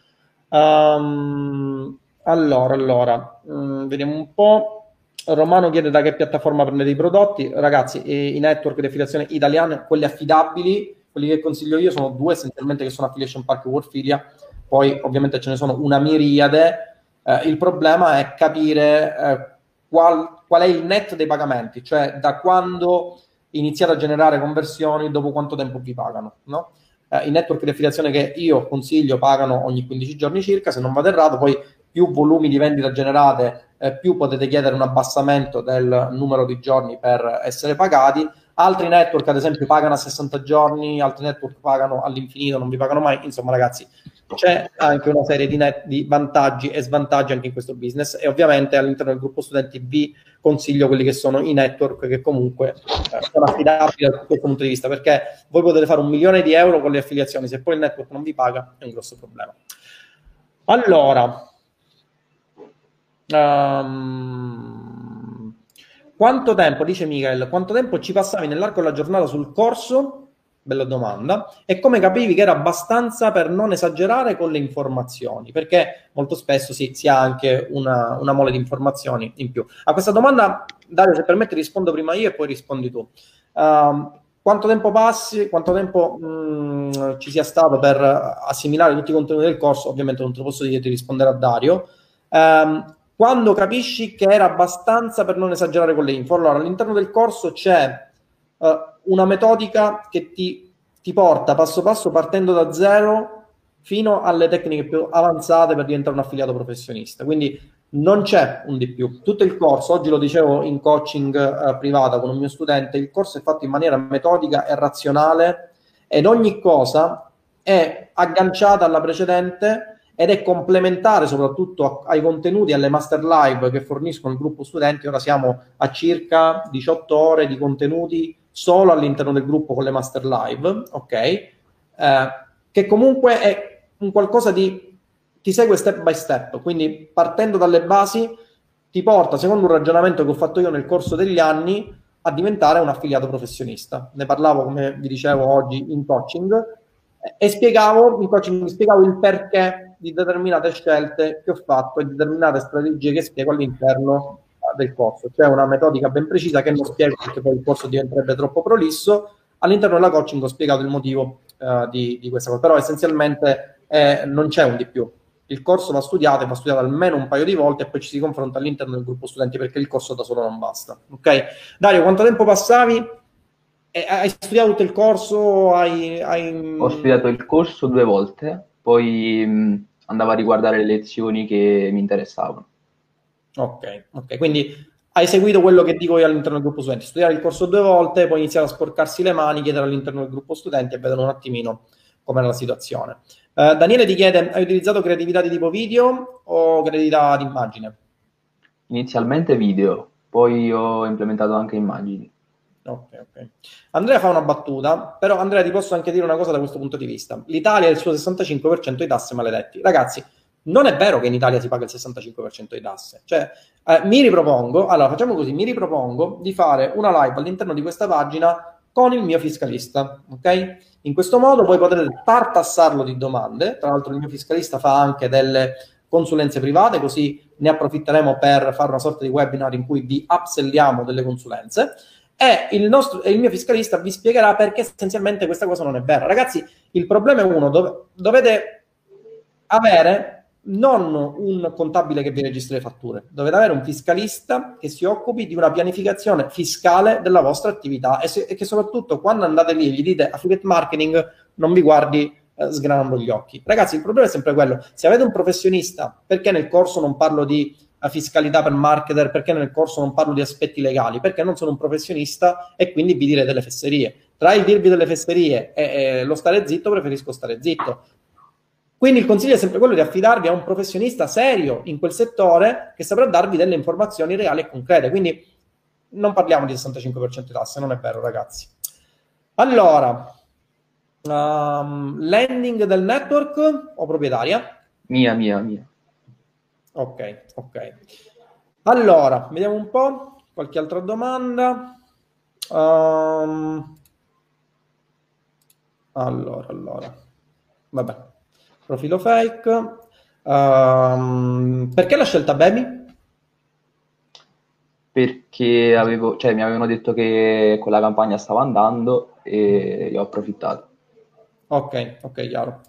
Vediamo un po'. Romano chiede da che piattaforma prendete i prodotti. Ragazzi, i network di affiliazione italiane, quelli affidabili, quelli che consiglio io sono 2 essenzialmente, che sono Affiliation Park e Wordfilia. Poi ovviamente ce ne sono una miriade. Il problema è capire qual è il net dei pagamenti, cioè da quando iniziate a generare conversioni, dopo quanto tempo vi pagano, no? I network di affiliazione che io consiglio pagano ogni 15 giorni circa, se non vado errato. Poi più volumi di vendita generate, più potete chiedere un abbassamento del numero di giorni per essere pagati. Altri network, ad esempio, pagano a 60 giorni, altri network pagano all'infinito, non vi pagano mai. Insomma, ragazzi, c'è anche una serie di vantaggi e svantaggi anche in questo business, e ovviamente all'interno del gruppo studenti vi consiglio quelli che sono i network che comunque sono affidabili da questo punto di vista, perché voi potete fare 1 milione di euro con le affiliazioni, se poi il network non vi paga è un grosso problema. Allora, quanto tempo, dice Michael, quanto tempo ci passavi nell'arco della giornata sul corso? Bella domanda. E come capivi che era abbastanza per non esagerare con le informazioni? Perché molto spesso si ha anche una mole di informazioni in più. A questa domanda, Dario, se permetti, rispondo prima io e poi rispondi tu. Quanto tempo passi, quanto tempo ci sia stato per assimilare tutti i contenuti del corso? Ovviamente non te lo posso dire, di rispondere a Dario. Quando capisci che era abbastanza per non esagerare con le info? Allora, all'interno del corso c'è una metodica che ti porta passo passo, partendo da zero fino alle tecniche più avanzate per diventare un affiliato professionista. Quindi non c'è un di più. Tutto il corso, oggi lo dicevo in coaching privata con un mio studente, il corso è fatto in maniera metodica e razionale, ed ogni cosa è agganciata alla precedente ed è complementare soprattutto ai contenuti, alle master live che forniscono il gruppo studenti. Ora siamo a circa 18 ore di contenuti solo all'interno del gruppo con le master live, ok? Che comunque è un qualcosa di... ti segue step by step, quindi partendo dalle basi ti porta, secondo un ragionamento che ho fatto io nel corso degli anni, a diventare un affiliato professionista. Ne parlavo, come vi dicevo oggi, in coaching, e in coaching spiegavo il perché di determinate scelte che ho fatto e determinate strategie che spiego all'interno del corso. C'è una metodica ben precisa che non spiego perché poi il corso diventerebbe troppo prolisso. All'interno della coaching ho spiegato il motivo di questa cosa, però essenzialmente non c'è un di più. Il corso va studiato almeno un paio di volte e poi ci si confronta all'interno del gruppo studenti, perché il corso da solo non basta. Ok? Dario, quanto tempo passavi? Hai studiato tutto il corso? Ho studiato il corso 2 volte, poi andavo a riguardare le lezioni che mi interessavano. Ok, quindi hai seguito quello che dico io all'interno del gruppo studenti: studiare il corso 2 volte, poi iniziare a sporcarsi le mani, chiedere all'interno del gruppo studenti e vedere un attimino com'era la situazione. Daniele ti chiede: hai utilizzato creatività di tipo video o creatività di immagine? inizialmente video, poi ho implementato anche immagini. Ok. Andrea fa una battuta, però Andrea ti posso anche dire una cosa da questo punto di vista. L'Italia ha il suo 65% di tasse, maledetti. Ragazzi, non è vero che in Italia si paga il 65% di tasse. Cioè, mi ripropongo, allora facciamo così, mi ripropongo di fare una live all'interno di questa pagina con il mio fiscalista, ok? In questo modo voi potrete tartassarlo di domande. Tra l'altro il mio fiscalista fa anche delle consulenze private, così ne approfitteremo per fare una sorta di webinar in cui vi upselliamo delle consulenze. E il mio fiscalista vi spiegherà perché essenzialmente questa cosa non è vera. Ragazzi, il problema è uno, dovete avere non un contabile che vi registri le fatture, dovete avere un fiscalista che si occupi di una pianificazione fiscale della vostra attività e che soprattutto quando andate lì e gli dite affiliate marketing non vi guardi sgranando gli occhi. Ragazzi, il problema è sempre quello. Se avete un professionista, perché nel corso non parlo di fiscalità per marketer, perché nel corso non parlo di aspetti legali? Perché non sono un professionista e quindi vi direi delle fesserie. Tra il dirvi delle fesserie e lo stare zitto, preferisco stare zitto. Quindi il consiglio è sempre quello di affidarvi a un professionista serio in quel settore che saprà darvi delle informazioni reali e concrete. Quindi non parliamo di 65% di tasse, non è vero, ragazzi. Allora, landing del network o proprietaria? Mia. Ok. Allora, vediamo un po', qualche altra domanda. Allora. Vabbè, profilo fake. Perché la scelta Baby? Perché mi avevano detto che quella campagna stava andando e io ho approfittato. Ok, chiaro.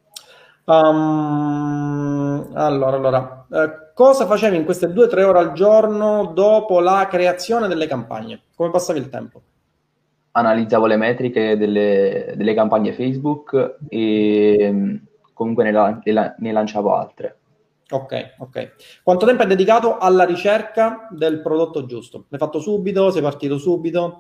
Allora, cosa facevi in queste 2 o 3 ore al giorno dopo la creazione delle campagne? Come passavi il tempo? Analizzavo le metriche delle campagne Facebook e comunque ne lanciavo altre. Ok. Quanto tempo hai dedicato alla ricerca del prodotto giusto? L'hai fatto subito? Sei partito subito?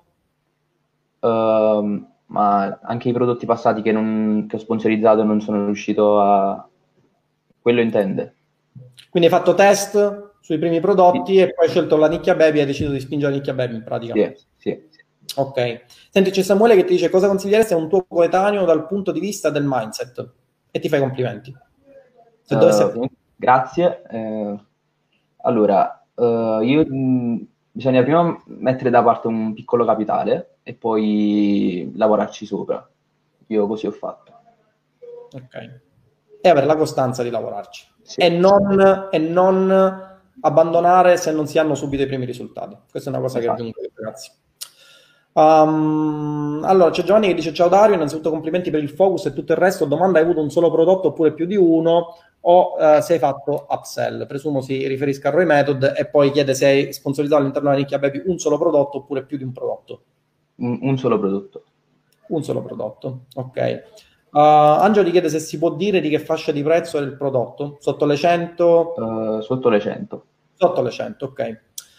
Ma anche i prodotti passati che ho sponsorizzato non sono riuscito a... Quello intende. Quindi hai fatto test sui primi prodotti Sì. e poi hai scelto la nicchia baby e hai deciso di spingere la nicchia baby in pratica. Sì. Ok. Senti, c'è Samuele che ti dice cosa consiglieresti a un tuo coetaneo dal punto di vista del mindset e ti fai complimenti. Se dovesse... Grazie. Allora, bisogna prima mettere da parte un piccolo capitale e poi lavorarci sopra. Io così ho fatto. Ok. E avere la costanza di lavorarci. Sì. E non abbandonare se non si hanno subito i primi risultati. Questa è una cosa che aggiungo, ragazzi. Allora c'è Giovanni che dice ciao Dario, innanzitutto complimenti per il focus e tutto il resto. Domanda, hai avuto un solo prodotto oppure più di uno o se hai fatto upsell? Presumo si riferisca a Roy Method e poi chiede se hai sponsorizzato all'interno della nicchia baby un solo prodotto oppure più di un prodotto. Un solo prodotto. Un solo prodotto, ok. Angelo ti chiede se si può dire di che fascia di prezzo è il prodotto, sotto le 100? Sotto le 100. Sotto le 100, ok.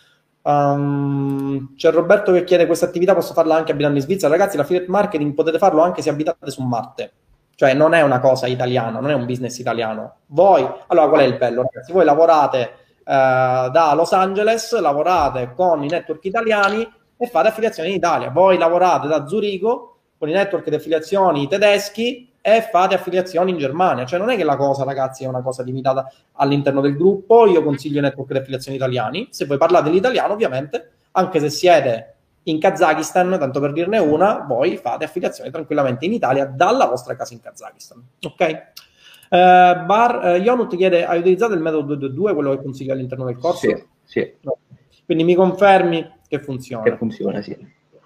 C'è Roberto che chiede questa attività posso farla anche abitando in Svizzera. Ragazzi, l'affiliate marketing potete farlo anche se abitate su Marte, cioè non è una cosa italiana, non è un business italiano. Voi, allora qual è il bello, ragazzi? Voi lavorate da Los Angeles, lavorate con i network italiani e fate affiliazioni in Italia. Voi lavorate da Zurigo con i network di affiliazioni tedeschi e fate affiliazioni in Germania. Cioè non è che la cosa, ragazzi, è una cosa limitata all'interno del gruppo. Io consiglio i network di affiliazioni italiani. Se voi parlate l'italiano, ovviamente, anche se siete in Kazakistan, tanto per dirne una, voi fate affiliazioni tranquillamente in Italia dalla vostra casa in Kazakistan. Ok? Ionut chiede, hai utilizzato il metodo 222, quello che consiglio all'interno del corso? Sì. No. Quindi mi confermi che funziona? Che funziona, sì.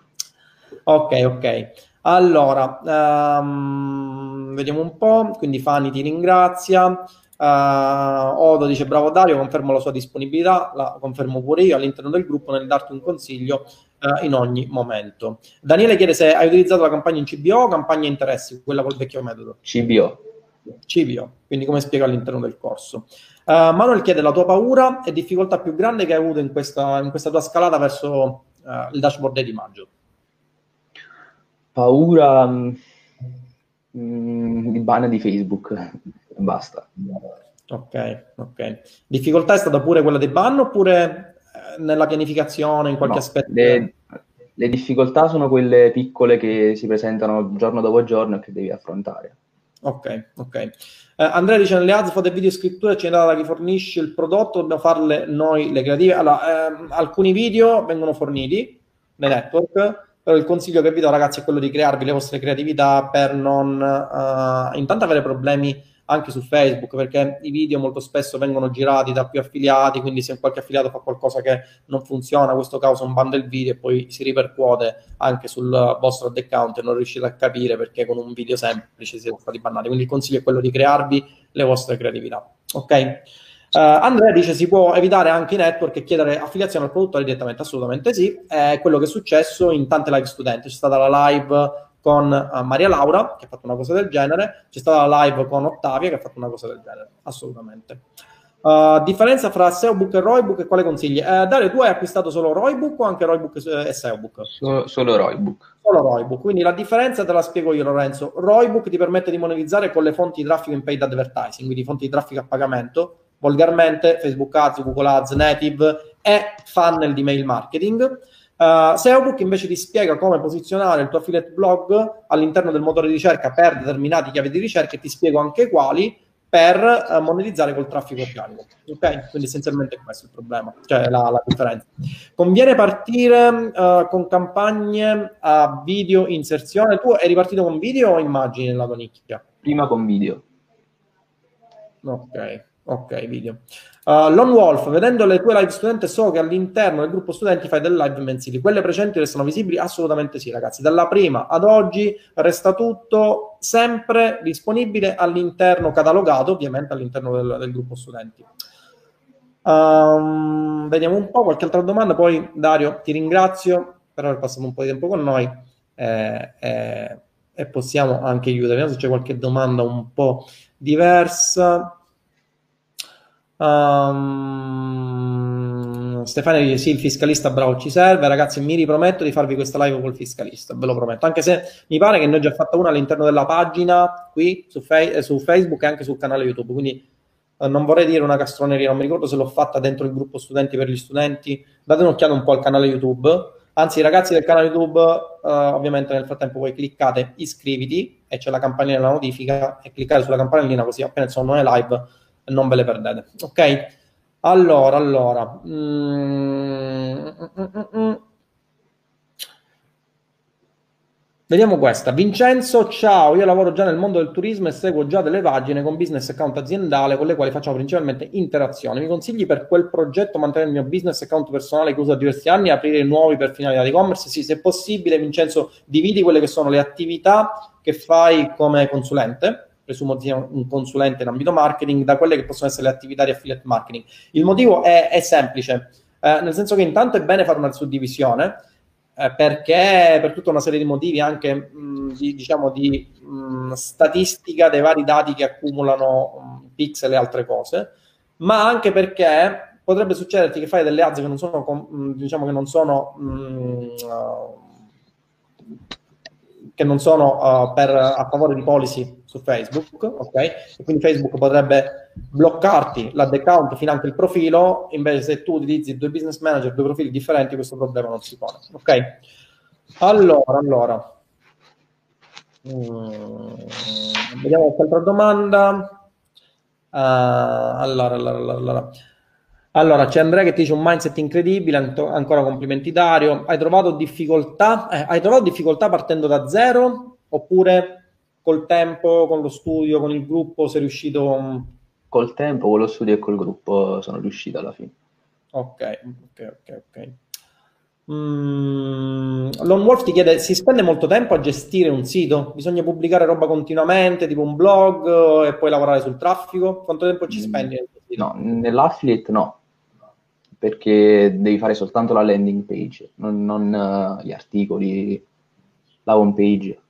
Ok. Allora, vediamo un po'. Quindi Fanny ti ringrazia. Odo dice bravo Dario, confermo la sua disponibilità, la confermo pure io all'interno del gruppo nel darti un consiglio in ogni momento. Daniele chiede se hai utilizzato la campagna in CBO o campagna interessi, quella col vecchio metodo. CBO, quindi come spiego all'interno del corso. Manuel chiede la tua paura e difficoltà più grande che hai avuto in questa tua scalata verso il dashboard di maggio. Paura, il ban di Facebook, basta. Ok. Difficoltà è stata pure quella dei ban oppure nella pianificazione, in qualche No, aspetto? le difficoltà sono quelle piccole che si presentano giorno dopo giorno e che devi affrontare. Ok, ok. Andrea dice, nelle ads fate video scritture, ce n'è da chi fornisce il prodotto, dobbiamo farle noi le creative. Allora, alcuni video vengono forniti nei network, però il consiglio che vi do, ragazzi, è quello di crearvi le vostre creatività per non intanto avere problemi anche su Facebook, perché i video molto spesso vengono girati da più affiliati, quindi se qualche affiliato fa qualcosa che non funziona, questo causa un ban del video e poi si ripercuote anche sul vostro ad account e non riuscite a capire perché con un video semplice siete stati bannati. Quindi il consiglio è quello di crearvi le vostre creatività. Ok? Andrea dice si può evitare anche i network e chiedere affiliazione al produttore direttamente. Assolutamente sì, è quello che è successo in tante live studenti. C'è stata la live con Maria Laura che ha fatto una cosa del genere, c'è stata la live con Ottavia che ha fatto una cosa del genere, assolutamente. Differenza fra SEObook e Roybook e quale consigli? Dario, tu hai acquistato solo Roybook o anche Roybook e SEObook? Solo Roybook. Solo Roybook, quindi la differenza te la spiego io, Lorenzo. Roybook ti permette di monetizzare con le fonti di traffico in paid advertising, quindi fonti di traffico a pagamento, volgarmente Facebook Ads, Google Ads, Native e funnel di mail marketing. SEObook invece ti spiega come posizionare il tuo affiliate blog all'interno del motore di ricerca per determinati chiavi di ricerca e ti spiego anche quali per monetizzare col traffico organico. Ok? Quindi essenzialmente è questo il problema, cioè la differenza. Conviene partire con campagne a video inserzione. Tu eri partito con video o immagini nella tua nicchia? Prima con video. Ok, video. Lone Wolf, vedendo le tue live studente so che all'interno del gruppo studenti fai delle live mensili. Quelle precedenti restano visibili? Assolutamente sì, ragazzi. Dalla prima ad oggi resta tutto sempre disponibile all'interno, catalogato ovviamente all'interno del gruppo studenti. Vediamo un po', qualche altra domanda. Poi Dario, ti ringrazio per aver passato un po' di tempo con noi e possiamo anche chiudere. Vediamo se c'è qualche domanda un po' diversa. Stefania dice sì, il fiscalista bravo ci serve. Ragazzi, mi riprometto di farvi questa live col fiscalista, ve lo prometto, anche se mi pare che ne ho già fatta una all'interno della pagina qui su Facebook e anche sul canale YouTube, quindi non vorrei dire una castroneria, non mi ricordo se l'ho fatta dentro il gruppo studenti per gli studenti. Date un'occhiata un po' al canale YouTube, anzi ragazzi del canale YouTube, ovviamente nel frattempo voi cliccate iscriviti e c'è la campanella della notifica e cliccate sulla campanellina così appena sono nuove live non ve le perdete. Ok? Allora. Vediamo questa. Vincenzo, ciao, io lavoro già nel mondo del turismo e seguo già delle pagine con business account aziendale con le quali facciamo principalmente interazioni. Mi consigli per quel progetto mantenere il mio business account personale che uso da diversi anni e aprire nuovi per finalità di e-commerce? Sì, se possibile, Vincenzo, dividi quelle che sono le attività che fai come consulente, presumo sia un consulente in ambito marketing, da quelle che possono essere le attività di affiliate marketing. Il motivo è semplice, nel senso che intanto è bene fare una suddivisione, perché per tutta una serie di motivi anche di statistica dei vari dati che accumulano pixel e altre cose, ma anche perché potrebbe succederti che fai delle ads che non sono a favore di policy su Facebook, ok? E quindi Facebook potrebbe bloccarti l'ad account, finanche il profilo, invece se tu utilizzi due business manager, due profili differenti, questo problema non si pone, ok? Allora. Vediamo qualche altra domanda. Allora, c'è Andrea che ti dice un mindset incredibile, ancora complimenti Dario. Hai trovato difficoltà partendo da zero oppure col tempo, con lo studio, con il gruppo sei riuscito? Col tempo, con lo studio e col gruppo sono riuscito alla fine. Ok. Lone Wolf ti chiede, si spende molto tempo a gestire un sito? Bisogna pubblicare roba continuamente, tipo un blog e poi lavorare sul traffico? Quanto tempo ci spendi? No, nell'affiliate no, perché devi fare soltanto la landing page, non gli articoli, la home page.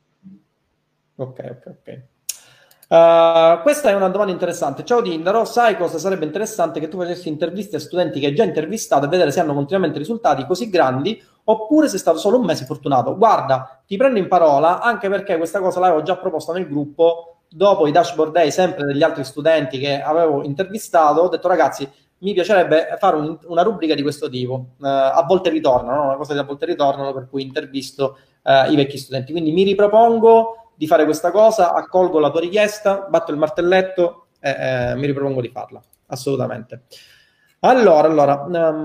Ok. Questa è una domanda interessante. Ciao Tindaro, sai cosa sarebbe interessante? Che tu facessi interviste a studenti che hai già intervistato e vedere se hanno continuamente risultati così grandi oppure se è stato solo un mese fortunato. Guarda, ti prendo in parola anche perché questa cosa l'avevo già proposta nel gruppo dopo i dashboard day sempre degli altri studenti che avevo intervistato. Ho detto ragazzi, mi piacerebbe fare una rubrica di questo tipo. A volte ritornano, una cosa che a volte ritornano, per cui intervisto i vecchi studenti. Quindi mi ripropongo di fare questa cosa, accolgo la tua richiesta, batto il martelletto e mi ripropongo di farla, assolutamente. Allora,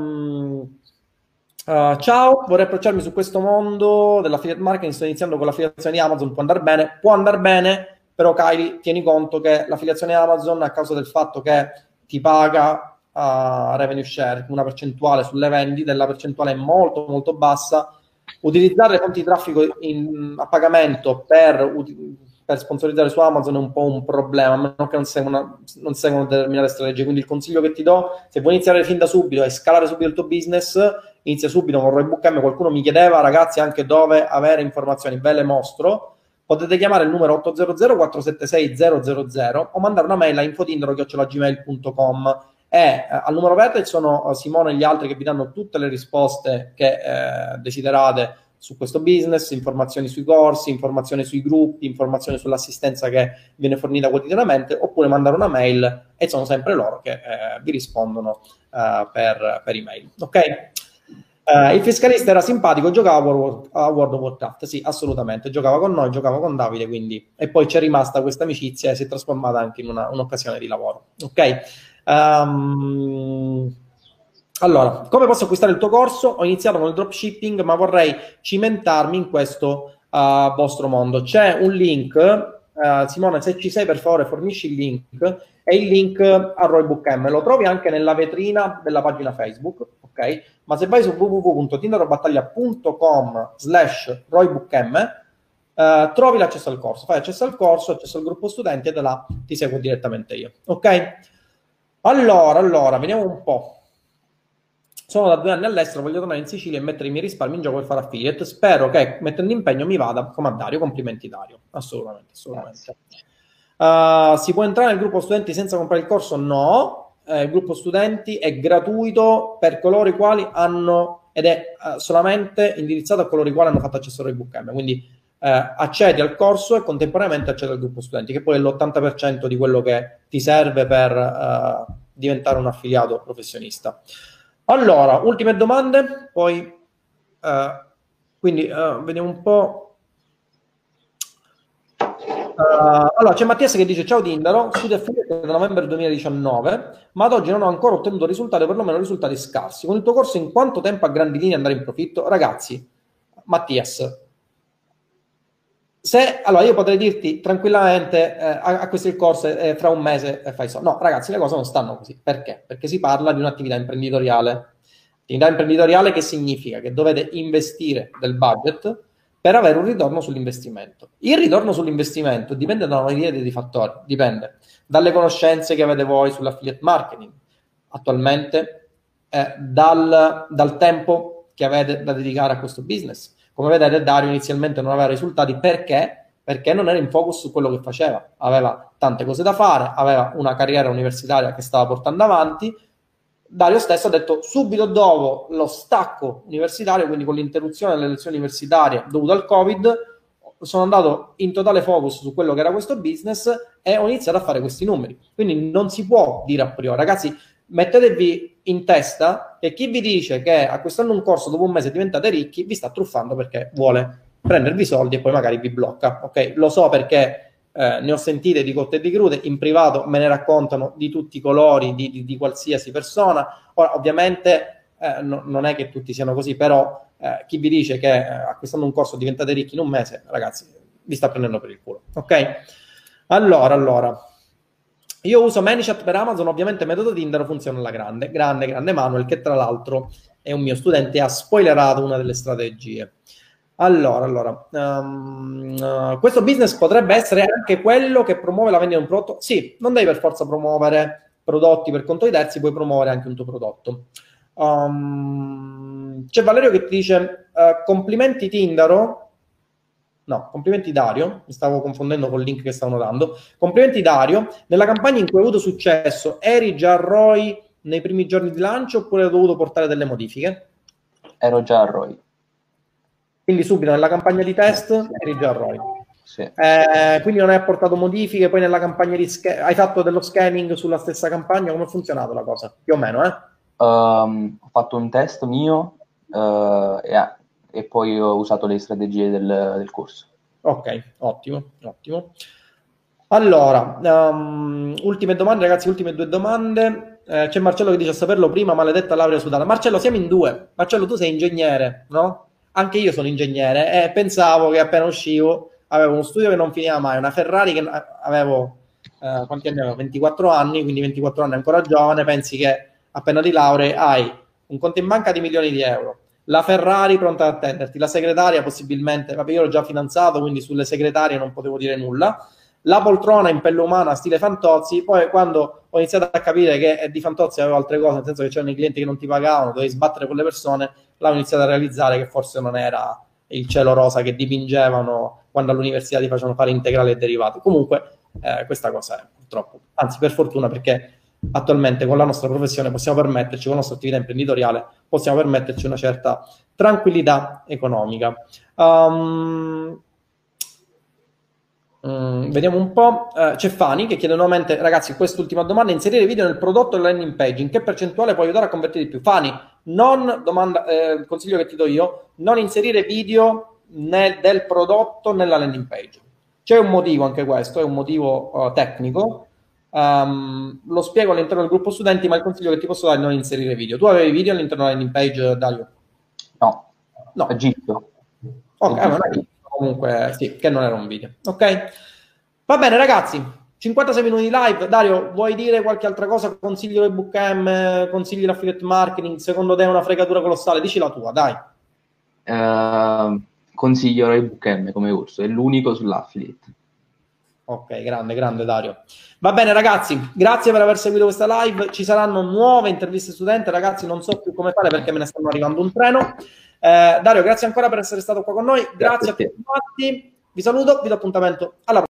ciao, vorrei approcciarmi su questo mondo dell'affiliate marketing, sto iniziando con l'affiliazione di Amazon, può andare bene, però Kylie, tieni conto che l'affiliazione Amazon, a causa del fatto che ti paga revenue share, una percentuale sulle vendite, la percentuale è molto molto bassa. Utilizzare le fonti di traffico a pagamento per sponsorizzare su Amazon è un po' un problema, a meno che non seguono determinate strategie. Quindi il consiglio che ti do, se vuoi iniziare fin da subito e scalare subito il tuo business, inizia subito con Roybook M. Qualcuno mi chiedeva, ragazzi, anche dove avere informazioni, ve le mostro. Potete chiamare il numero 800 476 000 o mandare una mail a infotindaro@gmail.com. E al numero verde sono Simone e gli altri che vi danno tutte le risposte che desiderate su questo business, informazioni sui corsi, informazioni sui gruppi, informazioni sull'assistenza che viene fornita quotidianamente, oppure mandare una mail e sono sempre loro che vi rispondono per email. Ok? Il fiscalista era simpatico, giocava a World of Warcraft, sì, assolutamente, giocava con noi, giocava con Davide, quindi, e poi c'è rimasta questa amicizia e si è trasformata anche in un'occasione di lavoro. Ok? Allora, come posso acquistare il tuo corso? Ho iniziato con il dropshipping, ma vorrei cimentarmi in questo vostro mondo. C'è un link, Simone, se ci sei per favore fornisci il link, è il link a Roybook M, lo trovi anche nella vetrina della pagina Facebook, ok? Ma se vai su www.tindarobattaglia.com/RoybookM trovi l'accesso al corso, fai accesso al corso, accesso al gruppo studenti e da là ti seguo direttamente io, ok? Allora, vediamo un po'. Sono da 2 anni all'estero, voglio tornare in Sicilia e mettere i miei risparmi in gioco per fare affiliate. Spero che mettendo impegno mi vada come a Dario. Complimenti Dario, assolutamente. Si può entrare nel gruppo studenti senza comprare il corso? No, il gruppo studenti è gratuito per coloro i quali hanno, ed è solamente indirizzato a coloro i quali hanno fatto accesso al Roybook M, quindi accedi al corso e contemporaneamente accedi al gruppo studenti, che poi è l'80% di quello che ti serve per diventare un affiliato professionista. Allora, ultime domande, poi quindi vediamo un po'. Allora, c'è Mattias che dice: ciao Tindaro, studio affiliate da novembre 2019, ma ad oggi non ho ancora ottenuto risultati, o perlomeno risultati scarsi. Con il tuo corso in quanto tempo a grandi linee andare in profitto? Ragazzi, Mattias, allora io potrei dirti tranquillamente acquisti il corso e fra un mese fai soldi. No, ragazzi, le cose non stanno così. Perché? Perché si parla di un'attività imprenditoriale. Attività imprenditoriale che significa che dovete investire del budget per avere un ritorno sull'investimento. Il ritorno sull'investimento dipende da una miriade di fattori, dipende dalle conoscenze che avete voi sull'affiliate marketing attualmente, dal tempo che avete da dedicare a questo business. Come vedete, Dario inizialmente non aveva risultati perché non era in focus su quello che faceva. Aveva tante cose da fare, aveva una carriera universitaria che stava portando avanti. Dario stesso ha detto subito dopo lo stacco universitario, quindi con l'interruzione delle lezioni universitarie dovuta al Covid, sono andato in totale focus su quello che era questo business e ho iniziato a fare questi numeri. Quindi non si può dire a priori, ragazzi, mettetevi in testa che chi vi dice che acquistando un corso dopo un mese diventate ricchi vi sta truffando perché vuole prendervi soldi e poi magari vi blocca, ok? Lo so perché ne ho sentite di cotte e di crude, in privato me ne raccontano di tutti i colori, di qualsiasi persona. Ora, ovviamente non è che tutti siano così, però chi vi dice che acquistando un corso diventate ricchi in un mese, ragazzi, vi sta prendendo per il culo, ok? Allora. Io uso ManyChat per Amazon, ovviamente metodo Tindaro funziona alla grande Manuel, che tra l'altro è un mio studente e ha spoilerato una delle strategie. Allora, questo business potrebbe essere anche quello che promuove la vendita di un prodotto? Sì, non devi per forza promuovere prodotti per conto di terzi, puoi promuovere anche un tuo prodotto. C'è Valerio che ti dice complimenti Tindaro. No, complimenti Dario, mi stavo confondendo col link che stavano dando. Complimenti Dario, nella campagna in cui hai avuto successo, eri già a ROI nei primi giorni di lancio oppure hai dovuto portare delle modifiche? Ero già a ROI. Quindi subito nella campagna di test eri già a ROI. Sì. Quindi non hai apportato modifiche, poi nella campagna di hai fatto dello scanning sulla stessa campagna, come ha funzionato la cosa? Più o meno, eh? Ho fatto un test mio e poi ho usato le strategie del corso. Ok, ottimo, ottimo. Allora, ultime domande, ragazzi, ultime due domande. C'è Marcello che dice a saperlo prima, maledetta laurea sudata. Marcello, siamo in due. Marcello, tu sei ingegnere, no? Anche io sono ingegnere e pensavo che appena uscivo avevo uno studio che non finiva mai, una Ferrari che avevo, quanti anni avevo? 24 anni, quindi 24 anni ancora giovane, pensi che appena ti laurei hai un conto in banca di milioni di euro, la Ferrari pronta ad attenderti, la segretaria possibilmente, vabbè io l'ho già fidanzato, quindi sulle segretarie non potevo dire nulla, la poltrona in pelle umana stile Fantozzi, poi quando ho iniziato a capire che di Fantozzi avevo altre cose, nel senso che c'erano i clienti che non ti pagavano, dovevi sbattere con le persone, là ho iniziato a realizzare che forse non era il cielo rosa che dipingevano quando all'università ti facevano fare integrale e derivati. Comunque questa cosa è purtroppo, anzi per fortuna, perché attualmente con la nostra professione possiamo permetterci, con la nostra attività imprenditoriale, possiamo permetterci una certa tranquillità economica. Vediamo un po'. C'è Fani che chiede nuovamente, ragazzi, quest'ultima domanda: inserire video nel prodotto e la landing page, in che percentuale può aiutare a convertire di più? Fani, non domanda, consiglio che ti do io, non inserire video del prodotto nella landing page. C'è un motivo anche questo, è un motivo tecnico. Lo spiego all'interno del gruppo studenti, ma il consiglio che ti posso dare è non inserire video. Tu avevi video all'interno della landing page, Dario? No, Egitto. Ok, ma comunque sì, che non era un video. Ok? Va bene, ragazzi. 56 minuti di live. Dario, vuoi dire qualche altra cosa? Consigli le bootcamp, consigli l'affiliate marketing? Secondo te è una fregatura colossale? Dici la tua, dai. Consiglio le bootcamp come corso, è l'unico sull'affiliate. Ok, grande, grande Dario. Va bene ragazzi, grazie per aver seguito questa live, ci saranno nuove interviste studente, ragazzi non so più come fare perché me ne stanno arrivando un treno. Dario, grazie ancora per essere stato qua con noi, grazie a tutti quanti, vi saluto, vi do appuntamento alla prossima.